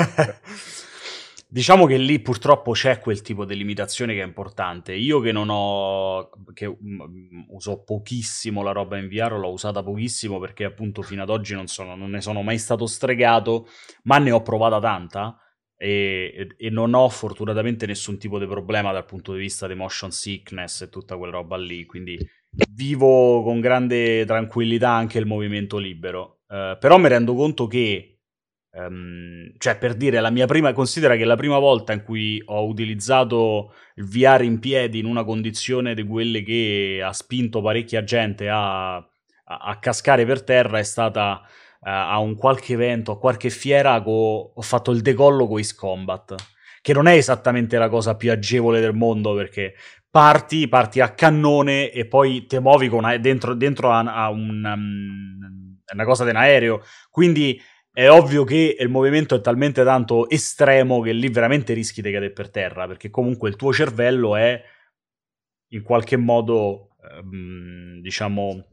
Diciamo che lì purtroppo c'è quel tipo di limitazione che è importante. Io che non ho... che um, uso pochissimo la roba in V R, l'ho usata pochissimo perché appunto fino ad oggi non, sono, non ne sono mai stato stregato, ma ne ho provata tanta e, e, e non ho fortunatamente nessun tipo di problema dal punto di vista di motion sickness e tutta quella roba lì, quindi vivo con grande tranquillità anche il movimento libero. Uh, però mi rendo conto che Um, cioè, per dire, la mia prima, considera che la prima volta in cui ho utilizzato il V R in piedi in una condizione di quelle che ha spinto parecchia gente a, a, a cascare per terra è stata uh, a un qualche evento, a qualche fiera, co, ho fatto il decollo con Ace Combat, che non è esattamente la cosa più agevole del mondo, perché parti, parti a cannone e poi ti muovi con, dentro, dentro a, a un, um, una cosa di un aereo, quindi è ovvio che il movimento è talmente tanto estremo che lì veramente rischi di cadere per terra, perché comunque il tuo cervello è in qualche modo, ehm, diciamo,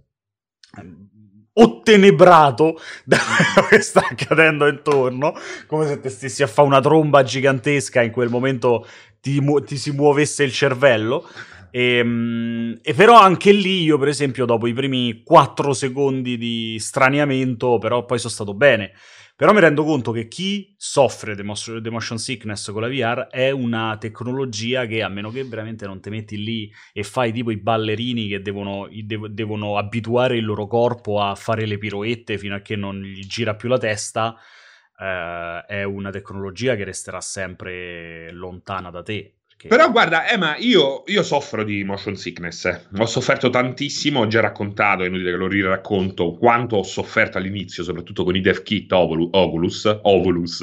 ottenebrato da quello che sta accadendo intorno, come se te stessi a fare una tromba gigantesca, in quel momento ti, mu- ti si muovesse il cervello. E, e però anche lì io, per esempio, dopo i primi quattro secondi di straniamento, però poi sono stato bene. Però mi rendo conto che chi soffre di motion, motion sickness con la V R è una tecnologia che, a meno che veramente non ti metti lì e fai tipo i ballerini che devono, dev- devono abituare il loro corpo a fare le piroette fino a che non gli gira più la testa, eh, è una tecnologia che resterà sempre lontana da te. Però guarda, Emma, io, io soffro di motion sickness, ho sofferto tantissimo, ho già raccontato, è inutile che lo riracconto, quanto ho sofferto all'inizio, soprattutto con i DevKit Ovolu- Oculus, Ovolus.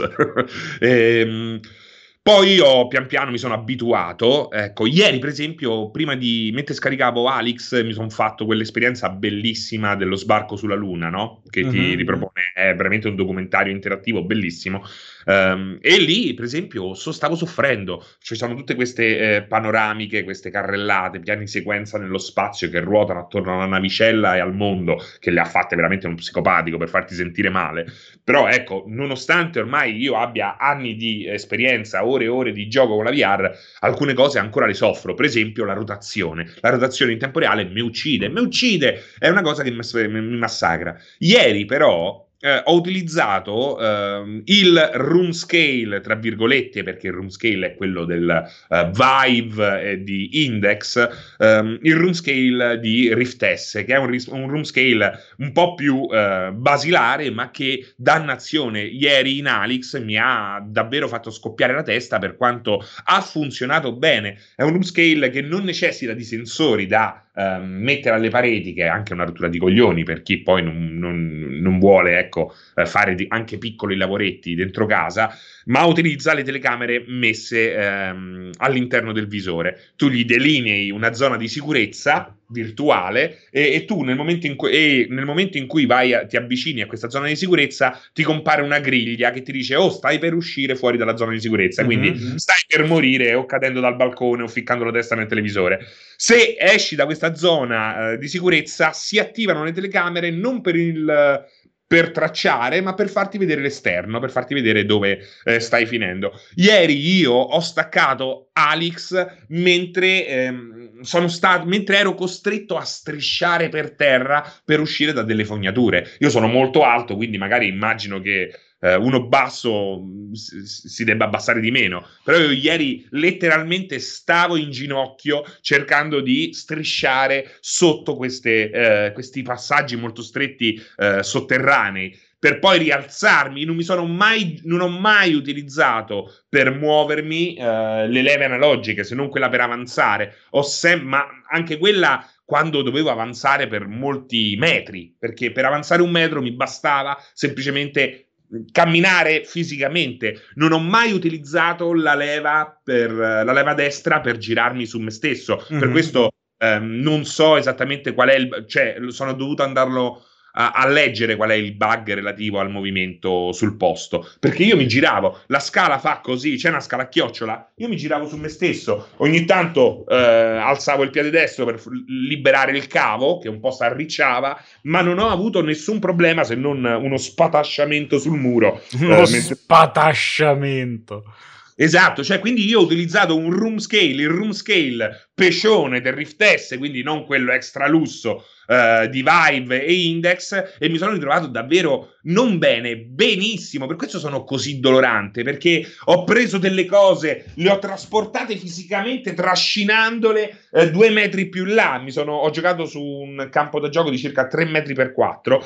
Ehm, poi io pian piano mi sono abituato, ecco, ieri per esempio, prima di, mentre scaricavo Alex, mi sono fatto quell'esperienza bellissima dello sbarco sulla Luna, no? Che ti Mhm. ripropone, è veramente un documentario interattivo bellissimo. Um, e lì, per esempio, so, stavo soffrendo. Ci sono tutte queste eh, panoramiche, queste carrellate, piani di sequenza nello spazio che ruotano attorno alla navicella e al mondo, che le ha fatte veramente uno psicopatico per farti sentire male. Però ecco, nonostante ormai io abbia anni di esperienza, ore e ore di gioco con la V R, alcune cose ancora le soffro. Per esempio, la rotazione. La rotazione in tempo reale mi uccide, mi uccide, è una cosa che mi, mi massacra. Ieri, però. Eh, ho utilizzato ehm, il room scale, tra virgolette, perché il room scale è quello del eh, Vive e di Index, ehm, il room scale di Rift S, che è un, un room scale un po' più eh, basilare, ma che, dannazione, ieri in Alex mi ha davvero fatto scoppiare la testa per quanto ha funzionato bene. È un room scale che non necessita di sensori da Uh, mettere alle pareti, che è anche una rottura di coglioni per chi poi non, non, non vuole ecco, uh, fare di, anche piccoli lavoretti dentro casa, ma utilizza le telecamere messe um, all'interno del visore. Tu gli delinei una zona di sicurezza virtuale e, e tu nel momento in cui, e nel momento in cui vai a, ti avvicini a questa zona di sicurezza ti compare una griglia che ti dice oh stai per uscire fuori dalla zona di sicurezza, mm-hmm. quindi stai per morire o cadendo dal balcone o ficcando la testa nel televisore. Se esci da questa zona eh, di sicurezza si attivano le telecamere non per il per tracciare, ma per farti vedere l'esterno, per farti vedere dove eh, stai finendo. Ieri io ho staccato Alex mentre ehm, sono stato mentre ero costretto a strisciare per terra per uscire da delle fognature. Io sono molto alto, quindi magari immagino che eh, uno basso si, si debba abbassare di meno, però io ieri letteralmente stavo in ginocchio cercando di strisciare sotto queste, eh, questi passaggi molto stretti eh, sotterranei, per poi rialzarmi. Non mi sono mai, non ho mai utilizzato per muovermi eh, le leve analogiche, se non quella per avanzare. Ho sem- ma anche quella quando dovevo avanzare per molti metri, perché per avanzare un metro mi bastava semplicemente camminare fisicamente. Non ho mai utilizzato la leva per la leva destra per girarmi su me stesso. Mm-hmm. Per questo ehm, non so esattamente qual è il, cioè sono dovuto andarlo a, a leggere qual è il bug relativo al movimento sul posto, perché io mi giravo, la scala fa così, c'è una scala a chiocciola, io mi giravo su me stesso, ogni tanto eh, alzavo il piede destro per liberare il cavo che un po' si arricciava, ma non ho avuto nessun problema se non uno spatasciamento sul muro. Uno eh, mentre... spatasciamento. Esatto, cioè quindi io ho utilizzato un room scale, il room scale pecione del Rift S, quindi non quello extra lusso uh, di Vive e Index, e mi sono ritrovato davvero non bene, benissimo. Per questo sono così dolorante, perché ho preso delle cose, le ho trasportate fisicamente trascinandole eh, due metri più là. Mi sono, ho giocato su un campo da gioco di circa tre metri per quattro,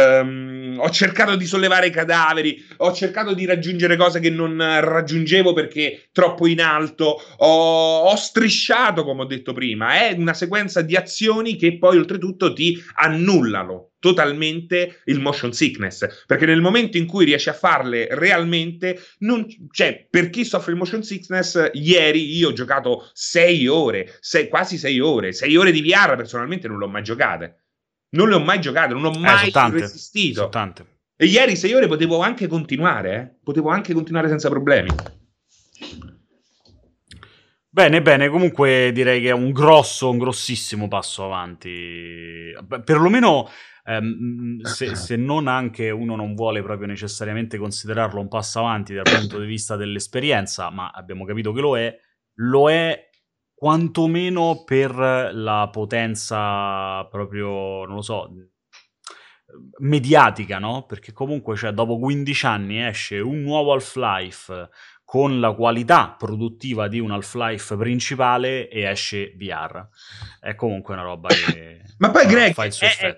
um, ho cercato di sollevare i cadaveri, ho cercato di raggiungere cose che non raggiungevo perché troppo in alto, ho, ho strisciato, come ho detto prima. È una sequenza di azioni che poi oltretutto ti annullano totalmente il motion sickness, perché nel momento in cui riesci a farle realmente, non, cioè, per chi soffre il motion sickness, ieri io ho giocato sei ore, sei, quasi sei ore, sei ore di V R personalmente non l'ho mai giocate, non le ho mai giocate, non ho mai eh, resistito. E ieri sei ore potevo anche continuare, eh? potevo anche continuare senza problemi. Bene, bene, comunque direi che è un grosso, un grossissimo passo avanti, perlomeno ehm, se, se non anche uno non vuole proprio necessariamente considerarlo un passo avanti dal punto di vista dell'esperienza, ma abbiamo capito che lo è, lo è quantomeno per la potenza proprio, non lo so, mediatica, no? Perché comunque, cioè, dopo quindici anni esce un nuovo Half-Life con la qualità produttiva di un Half-Life principale e esce V R. È comunque una roba che Ma poi, Greg, fa il suo è, effetto.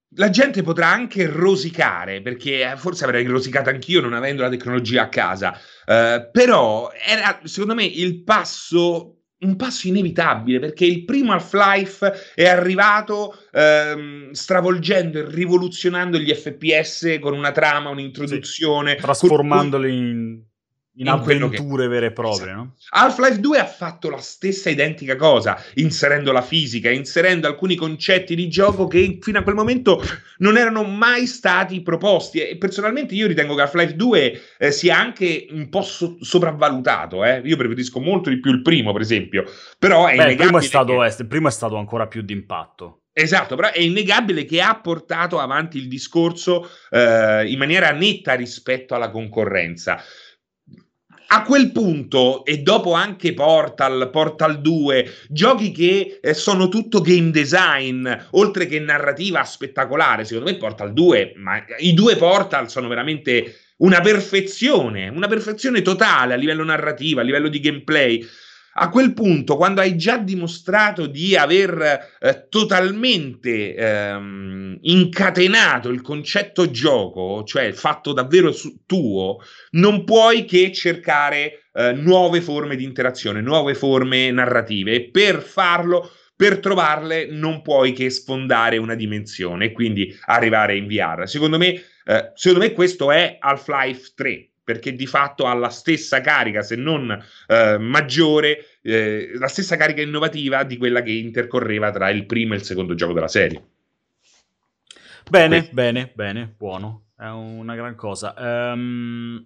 la gente potrà anche rosicare, perché forse avrei rosicato anch'io non avendo la tecnologia a casa, uh, però era secondo me il passo un passo inevitabile, perché il primo Half-Life è arrivato ehm, stravolgendo e rivoluzionando gli F P S con una trama, un'introduzione, sì, trasformandoli in, in, in avventure che... vere e proprie, esatto. no? Half-Life due ha fatto la stessa identica cosa, inserendo la fisica, inserendo alcuni concetti di gioco che fino a quel momento non erano mai stati proposti, e personalmente io ritengo che Half-Life due eh, sia anche un po' so- sopravvalutato, eh? Io preferisco molto di più il primo, per esempio, però è Beh, il primo è, innegabile stato, che... è, il primo è stato ancora più d'impatto. Esatto, però è innegabile che ha portato avanti il discorso eh, in maniera netta rispetto alla concorrenza. A quel punto, e dopo anche Portal, Portal due, giochi che eh, sono tutto game design, oltre che narrativa spettacolare, secondo me Portal due, ma i due Portal sono veramente una perfezione, una perfezione totale a livello narrativo, a livello di gameplay. A quel punto, quando hai già dimostrato di aver eh, totalmente ehm, incatenato il concetto gioco, cioè fatto davvero su- tuo, non puoi che cercare eh, nuove forme di interazione, nuove forme narrative, e per farlo, per trovarle, non puoi che sfondare una dimensione e quindi arrivare in V R. Secondo me, eh, secondo me questo è Half-Life tre, perché di fatto ha la stessa carica, se non eh, maggiore, eh, la stessa carica innovativa di quella che intercorreva tra il primo e il secondo gioco della serie. Bene, Questo. bene, bene, buono. È una gran cosa. Um...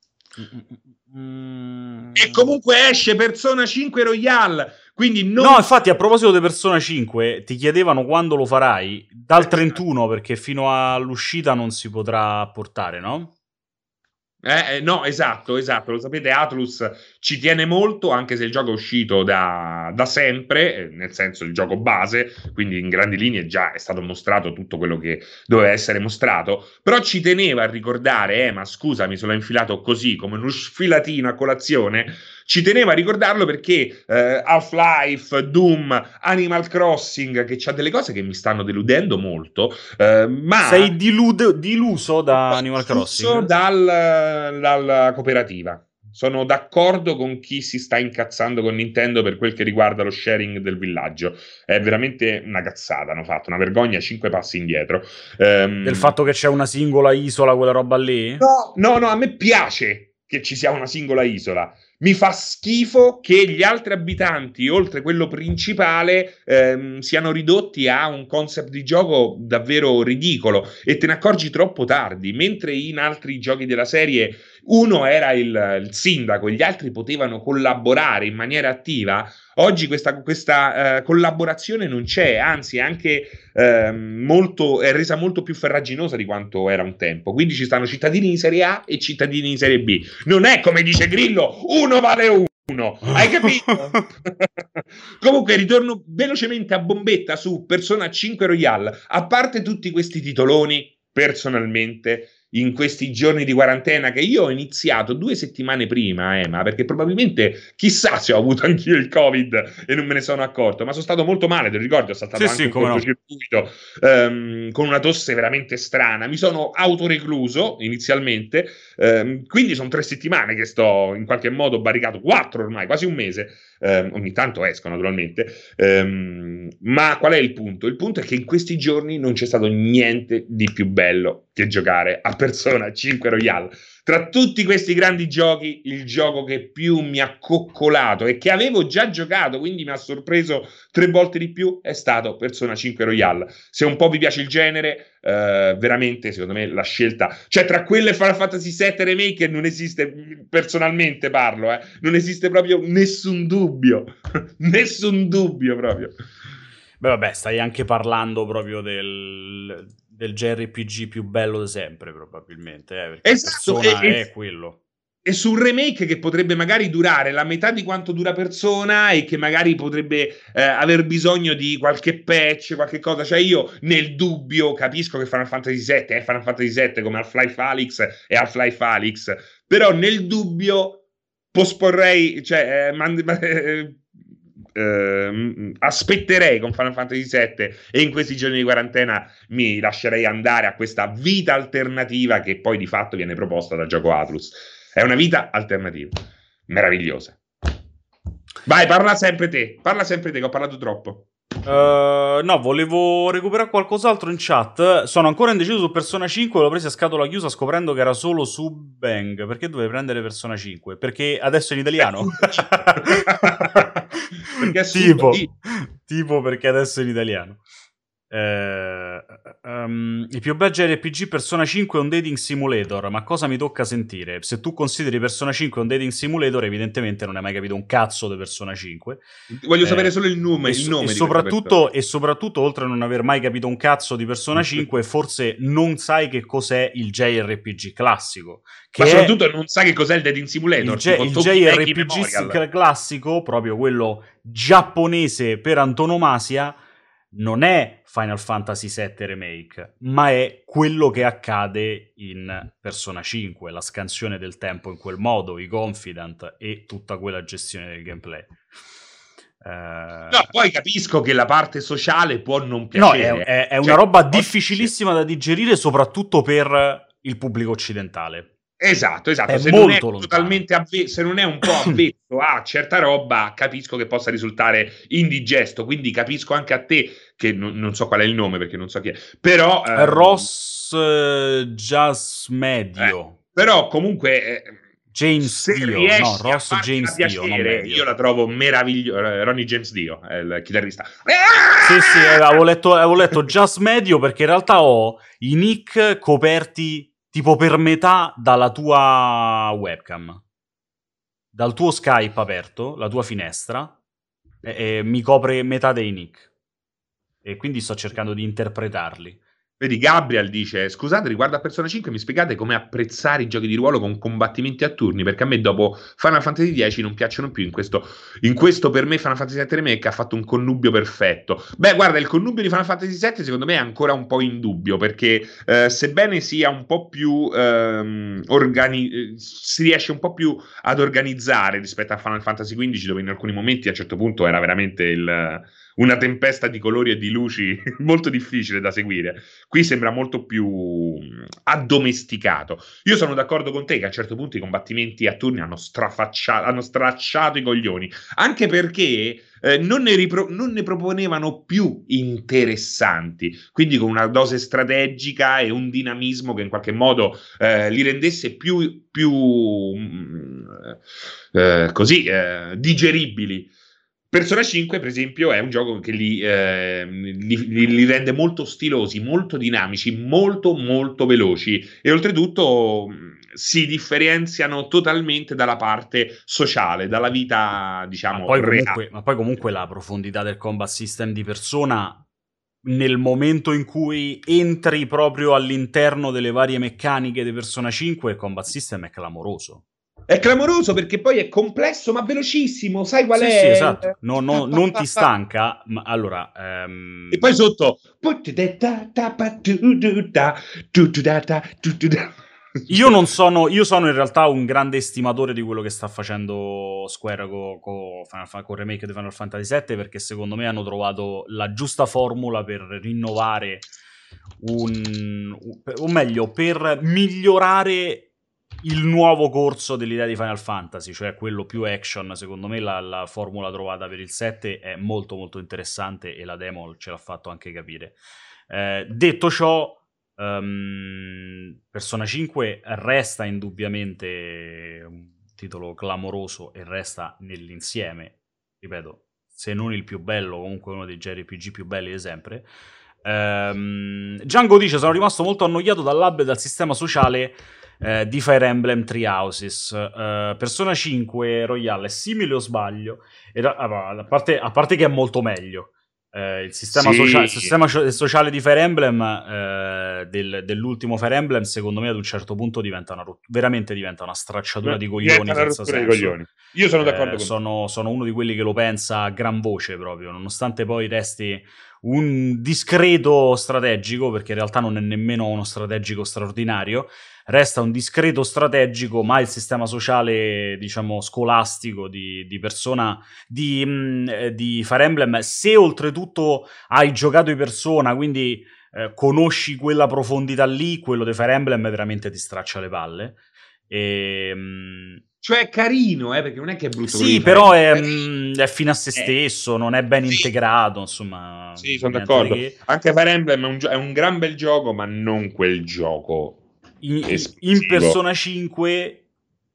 E comunque esce Persona cinque Royal, quindi non... No, infatti, a proposito di Persona cinque, ti chiedevano quando lo farai. Dal trentuno, perché fino all'uscita non si potrà portare, no? Eh, eh, no, esatto, esatto, lo sapete, Atlus ci tiene molto, anche se il gioco è uscito da, da sempre, eh, nel senso il gioco base, quindi in grandi linee già è stato mostrato tutto quello che doveva essere mostrato, però ci teneva a ricordare, eh, ma scusa, mi sono infilato così, come uno sfilatino a colazione, ci teneva a ricordarlo perché eh, Half-Life, Doom, Animal Crossing, che c'ha delle cose che mi stanno deludendo molto, eh, ma... Sei dilud- diluso da Animal Crossing? dal, dalla cooperativa. Sono d'accordo con chi si sta incazzando con Nintendo per quel che riguarda lo sharing del villaggio. È veramente una cazzata, hanno fatto una vergogna, cinque passi indietro. Um, Del fatto che c'è una singola isola, quella roba lì? No, no, no, a me piace che ci sia una singola isola. Mi fa schifo che gli altri abitanti, oltre quello principale, ehm, siano ridotti a un concept di gioco davvero ridicolo e te ne accorgi troppo tardi, mentre in altri giochi della serie uno era il, il sindaco e gli altri potevano collaborare in maniera attiva. Oggi questa, questa eh, collaborazione non c'è, anzi è anche eh, molto, è resa molto più farraginosa di quanto era un tempo. Quindi ci stanno cittadini di serie A e cittadini di serie B. Non è come dice Grillo, uno vale uno. Hai capito? Comunque ritorno velocemente a bombetta su Persona cinque Royal. A parte tutti questi titoloni, personalmente, in questi giorni di quarantena che io ho iniziato due settimane prima, Emma, perché probabilmente chissà se ho avuto anch'io il Covid e non me ne sono accorto, ma sono stato molto male, te lo ricordi, ho saltato Sì, anche sì, un come no. cortocircuito ehm, con una tosse veramente strana, mi sono autorecluso inizialmente, ehm, quindi sono tre settimane che sto in qualche modo barricato, quattro ormai, quasi un mese, ehm, ogni tanto esco naturalmente, ehm, ma qual è il punto? Il punto è che in questi giorni non c'è stato niente di più bello che giocare a Persona cinque Royal. Tra tutti questi grandi giochi, il gioco che più mi ha coccolato e che avevo già giocato, quindi mi ha sorpreso tre volte di più, è stato Persona cinque Royal. Se un po' vi piace il genere, eh, veramente, secondo me, la scelta... Cioè, tra quelle Final Fantasy sette Remake non esiste, personalmente parlo, eh, non esiste proprio nessun dubbio. Nessun dubbio, proprio. Beh, vabbè, stai anche parlando proprio del, del J R P G più bello di sempre, probabilmente, eh, perché Esatto, e, Persona e, è quello. e su un remake che potrebbe magari durare la metà di quanto dura Persona e che magari potrebbe eh, aver bisogno di qualche patch, qualche cosa. Cioè io nel dubbio capisco che Final Fantasy sette è Final Fantasy sette come Half-Life Alyx e Half-Life Alyx, però nel dubbio posporrei, cioè eh, mand- eh, ehm, aspetterei con Final Fantasy sette e in questi giorni di quarantena mi lascerei andare a questa vita alternativa che poi di fatto viene proposta da Gioco Atlus. È una vita alternativa, meravigliosa. Vai, parla sempre te, parla sempre te che ho parlato troppo. Uh, no, volevo recuperare qualcos'altro in chat. Sono ancora indeciso su Persona cinque. L'ho presa a scatola chiusa scoprendo che era solo su Bang. Perché dovevi prendere Persona cinque? Perché adesso è in italiano? Perché è tipo, su... tipo perché adesso è in italiano. Uh, um, il più bel J R P G Persona cinque è un dating simulator. Ma cosa mi tocca sentire? Se tu consideri Persona cinque un dating simulator, evidentemente non hai mai capito un cazzo di Persona cinque. Voglio eh, sapere solo il nome, e, il so- nome e, di soprattutto, e soprattutto, oltre a non aver mai capito un cazzo di Persona cinque, forse non sai che cos'è il J R P G classico. Che Ma è soprattutto non sai che cos'è il dating simulator. il, J- il J R P G classico, proprio quello giapponese per antonomasia. Non è Final Fantasy sette Remake, ma è quello che accade in Persona cinque, la scansione del tempo in quel modo, i confidant e tutta quella gestione del gameplay. Uh... No, poi capisco che la parte sociale può non piacere. No, è, è, è cioè, una roba difficilissima da digerire, soprattutto per il pubblico occidentale. Esatto, esatto. È se molto non è totalmente avve- se non è un po' avvezzo a certa roba, capisco che possa risultare indigesto. Quindi capisco anche a te, che non, non so qual è il nome perché non so chi è, però ehm... Ross uh, Jazz Medio. Eh, però comunque eh, James se Dio, riesci no, Ross a James piacere, Dio, non Medio. Io la trovo meravigliosa. Ronnie James Dio è il chitarrista. Sì, sì, avevo letto, avevo letto Jazz Medio perché in realtà ho i nick coperti tipo per metà dalla tua webcam, dal tuo Skype aperto, la tua finestra, e, e mi copre metà dei nick. E quindi sto cercando di interpretarli. Vedi, Gabriel dice: scusate, riguardo a Persona cinque, mi spiegate come apprezzare i giochi di ruolo con combattimenti a turni? Perché a me dopo Final Fantasy dieci non piacciono più. In questo, in questo per me Final Fantasy sette Remake ha fatto un connubio perfetto. Beh, guarda, il connubio di Final Fantasy sette secondo me è ancora un po' in dubbio, perché eh, sebbene sia un po' più ehm, organi- si riesce un po' più ad organizzare rispetto a Final Fantasy quindici, dove in alcuni momenti a un certo punto era veramente il... una tempesta di colori e di luci molto difficile da seguire. Qui sembra molto più addomesticato. Io sono d'accordo con te che a un certo punto i combattimenti a turni hanno, strafacciato, hanno stracciato i coglioni, anche perché eh, non, ne ripro- non ne proponevano più interessanti, quindi con una dose strategica e un dinamismo che in qualche modo eh, li rendesse più, più mm, eh, così eh, digeribili. Persona cinque, per esempio, è un gioco che li, eh, li, li, li rende molto stilosi, molto dinamici, molto molto veloci e oltretutto mh, si differenziano totalmente dalla parte sociale, dalla vita, diciamo, ma poi reale. Comunque, ma poi comunque la profondità del combat system di Persona, nel momento in cui entri proprio all'interno delle varie meccaniche di Persona cinque, il combat system è clamoroso. È clamoroso perché poi è complesso ma velocissimo, sai qual sì, è? Sì, esatto, no, no, non ti stanca, ma allora... Um... E poi sotto... Io non sono, io sono in realtà un grande estimatore di quello che sta facendo Square con co co co il remake di Final Fantasy sette, perché secondo me hanno trovato la giusta formula per rinnovare un... o meglio, per migliorare il nuovo corso dell'idea di Final Fantasy, cioè quello più action. Secondo me la, la formula trovata per il sette è molto molto interessante e la demo ce l'ha fatto anche capire. Eh, detto ciò, um, Persona cinque resta indubbiamente un titolo clamoroso e resta nell'insieme, ripeto, se non il più bello, comunque uno dei J R P G più belli di sempre. Um, Django dice: sono rimasto molto annoiato dal lab e dal sistema sociale Eh, di Fire Emblem Three Houses. uh, Persona cinque Royale è simile o sbaglio? Era, a, parte, a parte che è molto meglio, uh, il sistema, sì. socia- il sistema sociale di Fire Emblem, uh, del, dell'ultimo Fire Emblem, secondo me ad un certo punto diventa una rot- veramente diventa una stracciatura di coglioni senza senso. Di coglioni. Io sono d'accordo eh, con sono, sono uno di quelli che lo pensa a gran voce proprio, nonostante poi resti un discreto strategico, perché in realtà non è nemmeno uno strategico straordinario, resta un discreto strategico, ma il sistema sociale, diciamo, scolastico di, di Persona, di, mh, di Fire Emblem, se oltretutto hai giocato in Persona, quindi eh, conosci quella profondità lì, quello di Fire Emblem veramente ti straccia le palle. E, mh, Cioè è carino, eh, perché non è che è brutto quello sì, di Fire però Emblem. è, È mh, è fine a se carino. Eh, stesso, non è ben sì, integrato, insomma, sì, sono niente di d'accordo. che. Anche Fire Emblem è un, gio- è un gran bel gioco, ma non quel gioco In, in- in esplosivo. Persona cinque,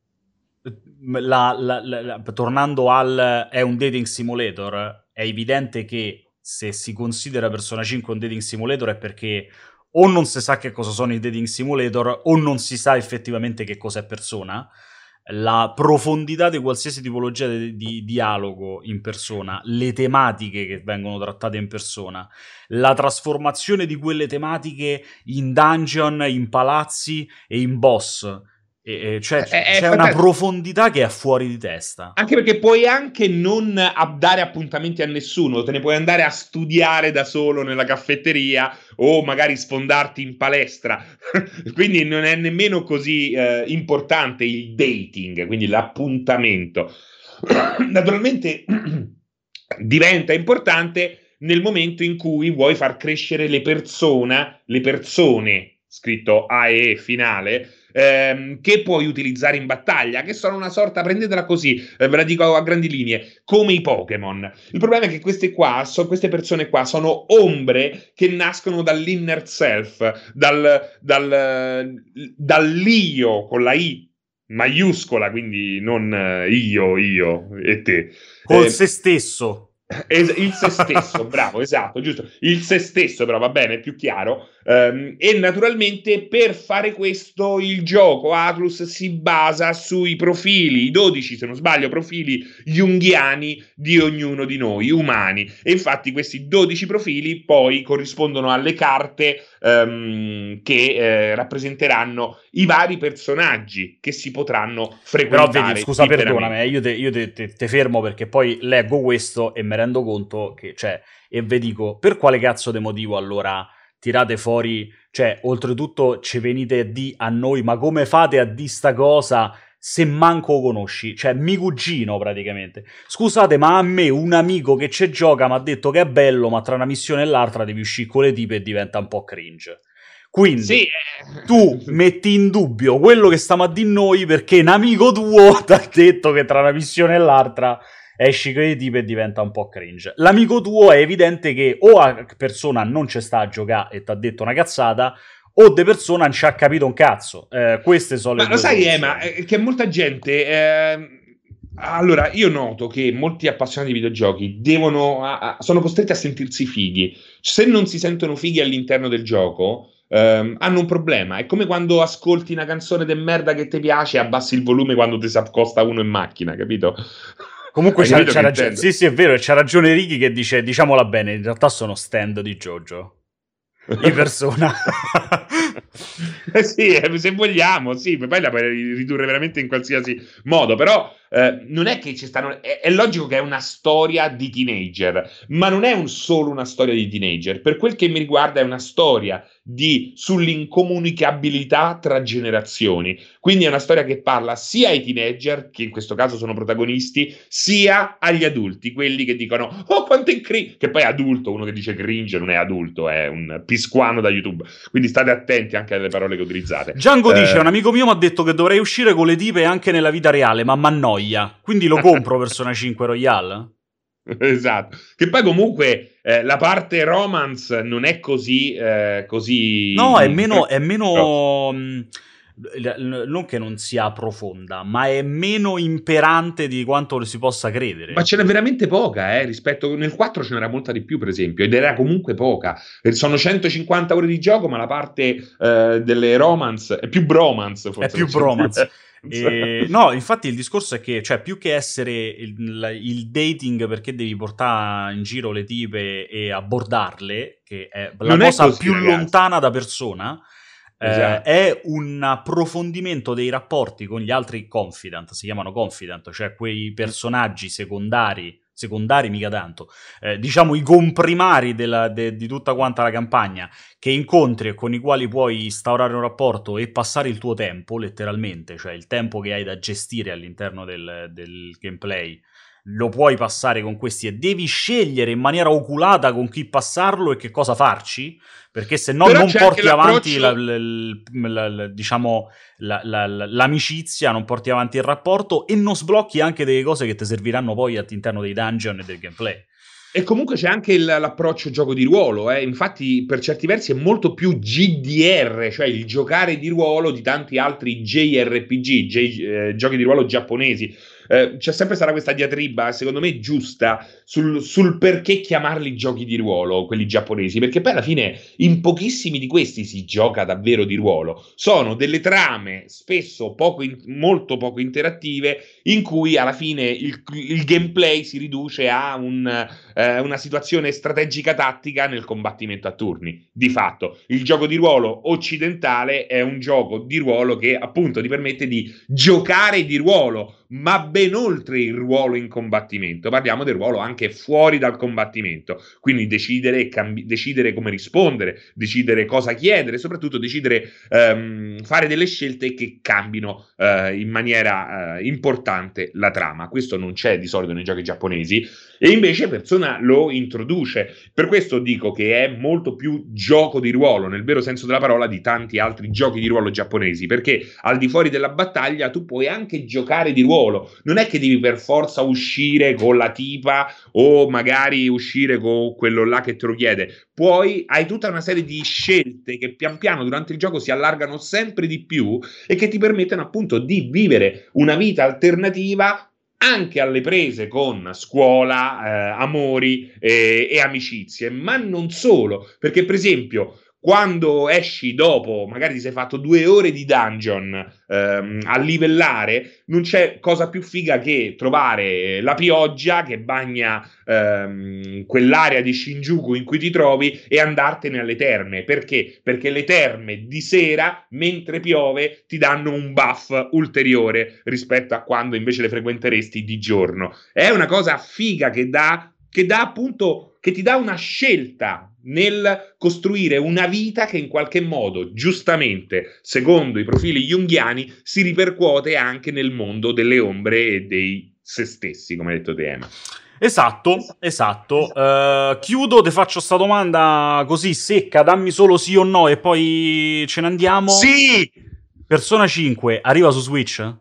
la- la- la- la- tornando al è un dating simulator, è evidente che se si considera Persona cinque un dating simulator è perché o non si sa che cosa sono i dating simulator o non si sa effettivamente che cosa è Persona. La profondità di qualsiasi tipologia di, di dialogo in Persona, le tematiche che vengono trattate in Persona, la trasformazione di quelle tematiche in dungeon, in palazzi e in boss. E, e cioè È, c- è c'è una fantastico. profondità che è fuori di testa. Anche perché puoi anche non a- dare appuntamenti a nessuno, te ne puoi andare a studiare da solo nella caffetteria o magari sfondarti in palestra. Quindi non è nemmeno così eh, importante il dating, quindi l'appuntamento. Naturalmente diventa importante nel momento in cui vuoi far crescere le persone, le persone, scritto A E finale, ehm, che puoi utilizzare in battaglia, che sono una sorta, prendetela così, eh, ve la dico a grandi linee, come i Pokémon. Il problema è che queste qua, so, queste persone qua sono ombre che nascono dall'inner self, dal, dal, dall'io con la I maiuscola, quindi non eh, io, io e te. Col Eh, se stesso. Es- il se stesso, bravo, esatto, giusto. Il se stesso, però va bene, è più chiaro. Ehm, e naturalmente per fare questo il gioco Atlus si basa sui profili, i dodici, se non sbaglio, profili junghiani di ognuno di noi, umani. E infatti questi dodici profili poi corrispondono alle carte ehm, che eh, rappresenteranno i vari personaggi che si potranno Però vedi, frequentare scusa, perdonami, liberamente. eh, io te, io te- te- te fermo perché poi leggo questo e mi rendo conto che, cioè, e vi dico, per quale cazzo di motivo allora tirate fuori, cioè, oltretutto ci venite a di a noi, ma come fate a di sta cosa se manco conosci? Cioè, mi cugino praticamente. Scusate, ma a me un amico che ci gioca mi ha detto che è bello, ma tra una missione e l'altra devi uscire con le tipe e diventa un po' cringe. Sì, Quindi tu eh, metti in dubbio quello che stiamo a di noi perché un amico tuo ti ha detto che tra una missione e l'altra esci con i tipi e diventa un po' cringe. L'amico tuo è evidente che o a persona non ci sta a giocare e ti ha detto una cazzata o de persona non ci ha capito un cazzo. Eh, queste sono le ma lo due sai, Ema, soluzioni. eh, che molta gente. eh, allora, io noto che molti appassionati di videogiochi devono, a- a- sono costretti a sentirsi fighi. Se non si sentono fighi all'interno del gioco, ehm, hanno un problema. È come quando ascolti una canzone de merda che ti piace e abbassi il volume quando ti si accosta uno in macchina, capito? Comunque Hai c'ha, capito c'ha che ragione. intendo? Sì, sì, è vero, e c'ha ragione Ricky che dice, diciamola bene, in realtà sono stand di JoJo. In persona. Eh sì, eh, se vogliamo, sì, poi la puoi ridurre veramente in qualsiasi modo, però eh, non è che ci stanno. È, è logico che è una storia di teenager, ma non è un, solo una storia di teenager. Per quel che mi riguarda, è una storia di, sull'incomunicabilità tra generazioni. Quindi è una storia che parla sia ai teenager, che in questo caso sono protagonisti, sia agli adulti, quelli che dicono oh quanto è cringe, che poi è adulto, uno che dice cringe non è adulto, è un pisquano da YouTube, quindi state attenti anche alle parole che utilizzate. Django dice, un Eh, amico mio mi ha detto che dovrei uscire con le tipe anche nella vita reale, ma m'annoia. Quindi lo compro Persona cinque Royale? esatto, che poi comunque eh, la parte romance non è così, eh, No, è così meno... È grossa. meno mh, l- l- non che non sia profonda, ma è meno imperante di quanto si possa Ma credere. ce n'è veramente poca, eh, rispetto nel quattro ce n'era molta di più, per esempio, ed era comunque poca. Eh, Sono centocinquanta ore di gioco, ma la parte eh, delle romance è più bromance, È forse più non c'è più. bromance. E, no, infatti il discorso è che, cioè, più che essere il, il dating perché devi portare in giro le tipe e abbordarle, che è la Non è cosa così, più ragazzi. lontana da persona, eh, Esatto. è un approfondimento dei rapporti con gli altri confidant, si chiamano confidant, cioè quei personaggi secondari, secondari mica tanto, eh, diciamo i comprimari della, de, di tutta quanta la campagna, che incontri e con i quali puoi instaurare un rapporto e passare il tuo tempo, letteralmente, cioè il tempo che hai da gestire all'interno del, del gameplay, lo puoi passare con questi e devi scegliere in maniera oculata con chi passarlo e che cosa farci, perché se no Però non c'è porti anche avanti la, l'approccio. la, la, la, diciamo la, la, la, l'amicizia, non porti avanti il rapporto e non sblocchi anche delle cose che ti serviranno poi all'interno dei dungeon e del gameplay. E comunque c'è anche il- l'approccio gioco di ruolo, eh. Infatti per certi versi è molto più G D R, cioè il giocare di ruolo di tanti altri J R P G, J- eh, giochi di ruolo giapponesi. Eh, c'è sempre stata questa diatriba, secondo me giusta, sul, sul perché chiamarli giochi di ruolo, quelli giapponesi, perché poi alla fine in pochissimi di questi si gioca davvero di ruolo. Sono delle trame spesso poco in- molto poco interattive in cui alla fine il, il gameplay si riduce a un, eh, una situazione strategica tattica nel combattimento a turni. Di fatto, il gioco di ruolo occidentale è un gioco di ruolo che appunto ti permette di giocare di ruolo, ma ben oltre il ruolo in combattimento. Parliamo del ruolo anche fuori dal combattimento, quindi decidere, cambi- decidere come rispondere, decidere cosa chiedere, soprattutto decidere ehm, fare delle scelte che cambino eh, in maniera eh, importante la trama. Questo non c'è di solito nei giochi giapponesi e invece Persona lo introduce. Per questo dico che è molto più gioco di ruolo, nel vero senso della parola, di tanti altri giochi di ruolo giapponesi, perché al di fuori della battaglia tu puoi anche giocare di ruolo. Non è che devi per forza uscire con la tipa o magari uscire con quello là che te lo chiede. Puoi, hai tutta una serie di scelte che pian piano durante il gioco si allargano sempre di più e che ti permettono appunto di vivere una vita alternativa anche alle prese con scuola, eh, amori eh, e amicizie, ma non solo, perché per esempio quando esci dopo, magari ti sei fatto due ore di dungeon ehm, a livellare, non c'è cosa più figa che trovare la pioggia che bagna ehm, quell'area di Shinjuku in cui ti trovi e andartene alle terme. Perché? Perché le terme di sera, mentre piove, ti danno un buff ulteriore rispetto a quando invece le frequenteresti di giorno. È una cosa figa che dà, che dà appunto, che ti dà una scelta nel costruire una vita che in qualche modo, giustamente, secondo i profili junghiani, si ripercuote anche nel mondo delle ombre e dei se stessi, come ha detto Tema. Esatto, esatto. Uh, chiudo, ti faccio sta domanda così secca, dammi solo sì o no e poi ce ne andiamo. Sì! Persona cinque arriva su Switch?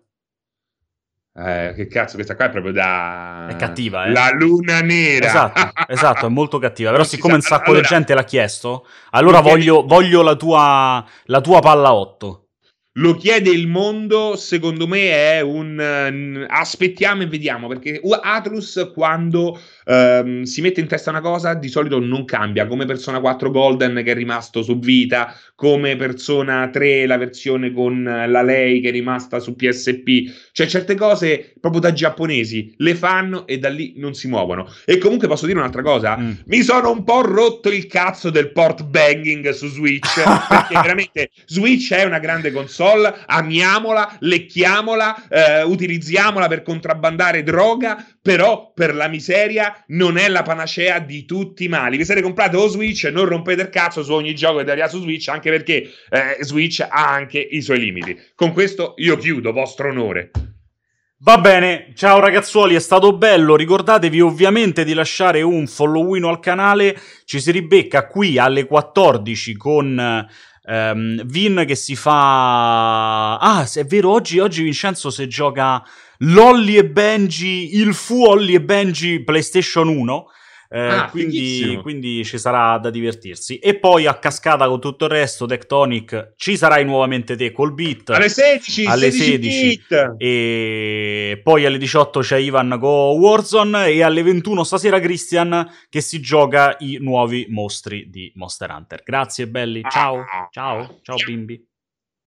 Eh, che cazzo, questa qua è proprio da... È cattiva, eh? La luna nera! Esatto, esatto, è molto cattiva. Però Non si siccome un sa- sacco allora, di gente l'ha chiesto, allora lo chiede- voglio, voglio la tua, la tua palla otto. Lo chiede il mondo, secondo me è un uh, aspettiamo e vediamo, perché Atlus quando um, si mette in testa una cosa di solito non cambia, come Persona quattro Golden che è rimasto su Vita, come Persona tre la versione con la lei che è rimasta su P S P, cioè certe cose proprio da giapponesi le fanno e da lì non si muovono. E comunque posso dire un'altra cosa, mm. mi sono un po' rotto il cazzo del port banging su Switch, perché veramente Switch è una grande console, amiamola, lecchiamola, eh, utilizziamola per contrabbandare droga, però per la miseria non è la panacea di tutti i mali. Vi siete comprati o Switch e non rompete il cazzo su ogni gioco che arriva su Switch, anche perché eh, Switch ha anche i suoi limiti. Con questo io chiudo, vostro onore. Va bene, ciao ragazzuoli, è stato bello, ricordatevi ovviamente di lasciare un followino al canale, ci si ribecca qui alle quattordici con... Um, Vin che si fa... Ah, è vero, oggi, oggi Vincenzo si gioca Lolly e Benji, il fu Ollie e Benji PlayStation uno, eh, ah, quindi, quindi ci sarà da divertirsi. E poi a cascata con tutto il resto, Tectonic, ci sarai nuovamente te col beat. Alle sedici, alle sedici, sedici e poi alle diciotto c'è Ivan con Warzone e alle ventuno stasera Christian che si gioca i nuovi mostri di Monster Hunter. Grazie belli, ciao, ciao, ciao bimbi.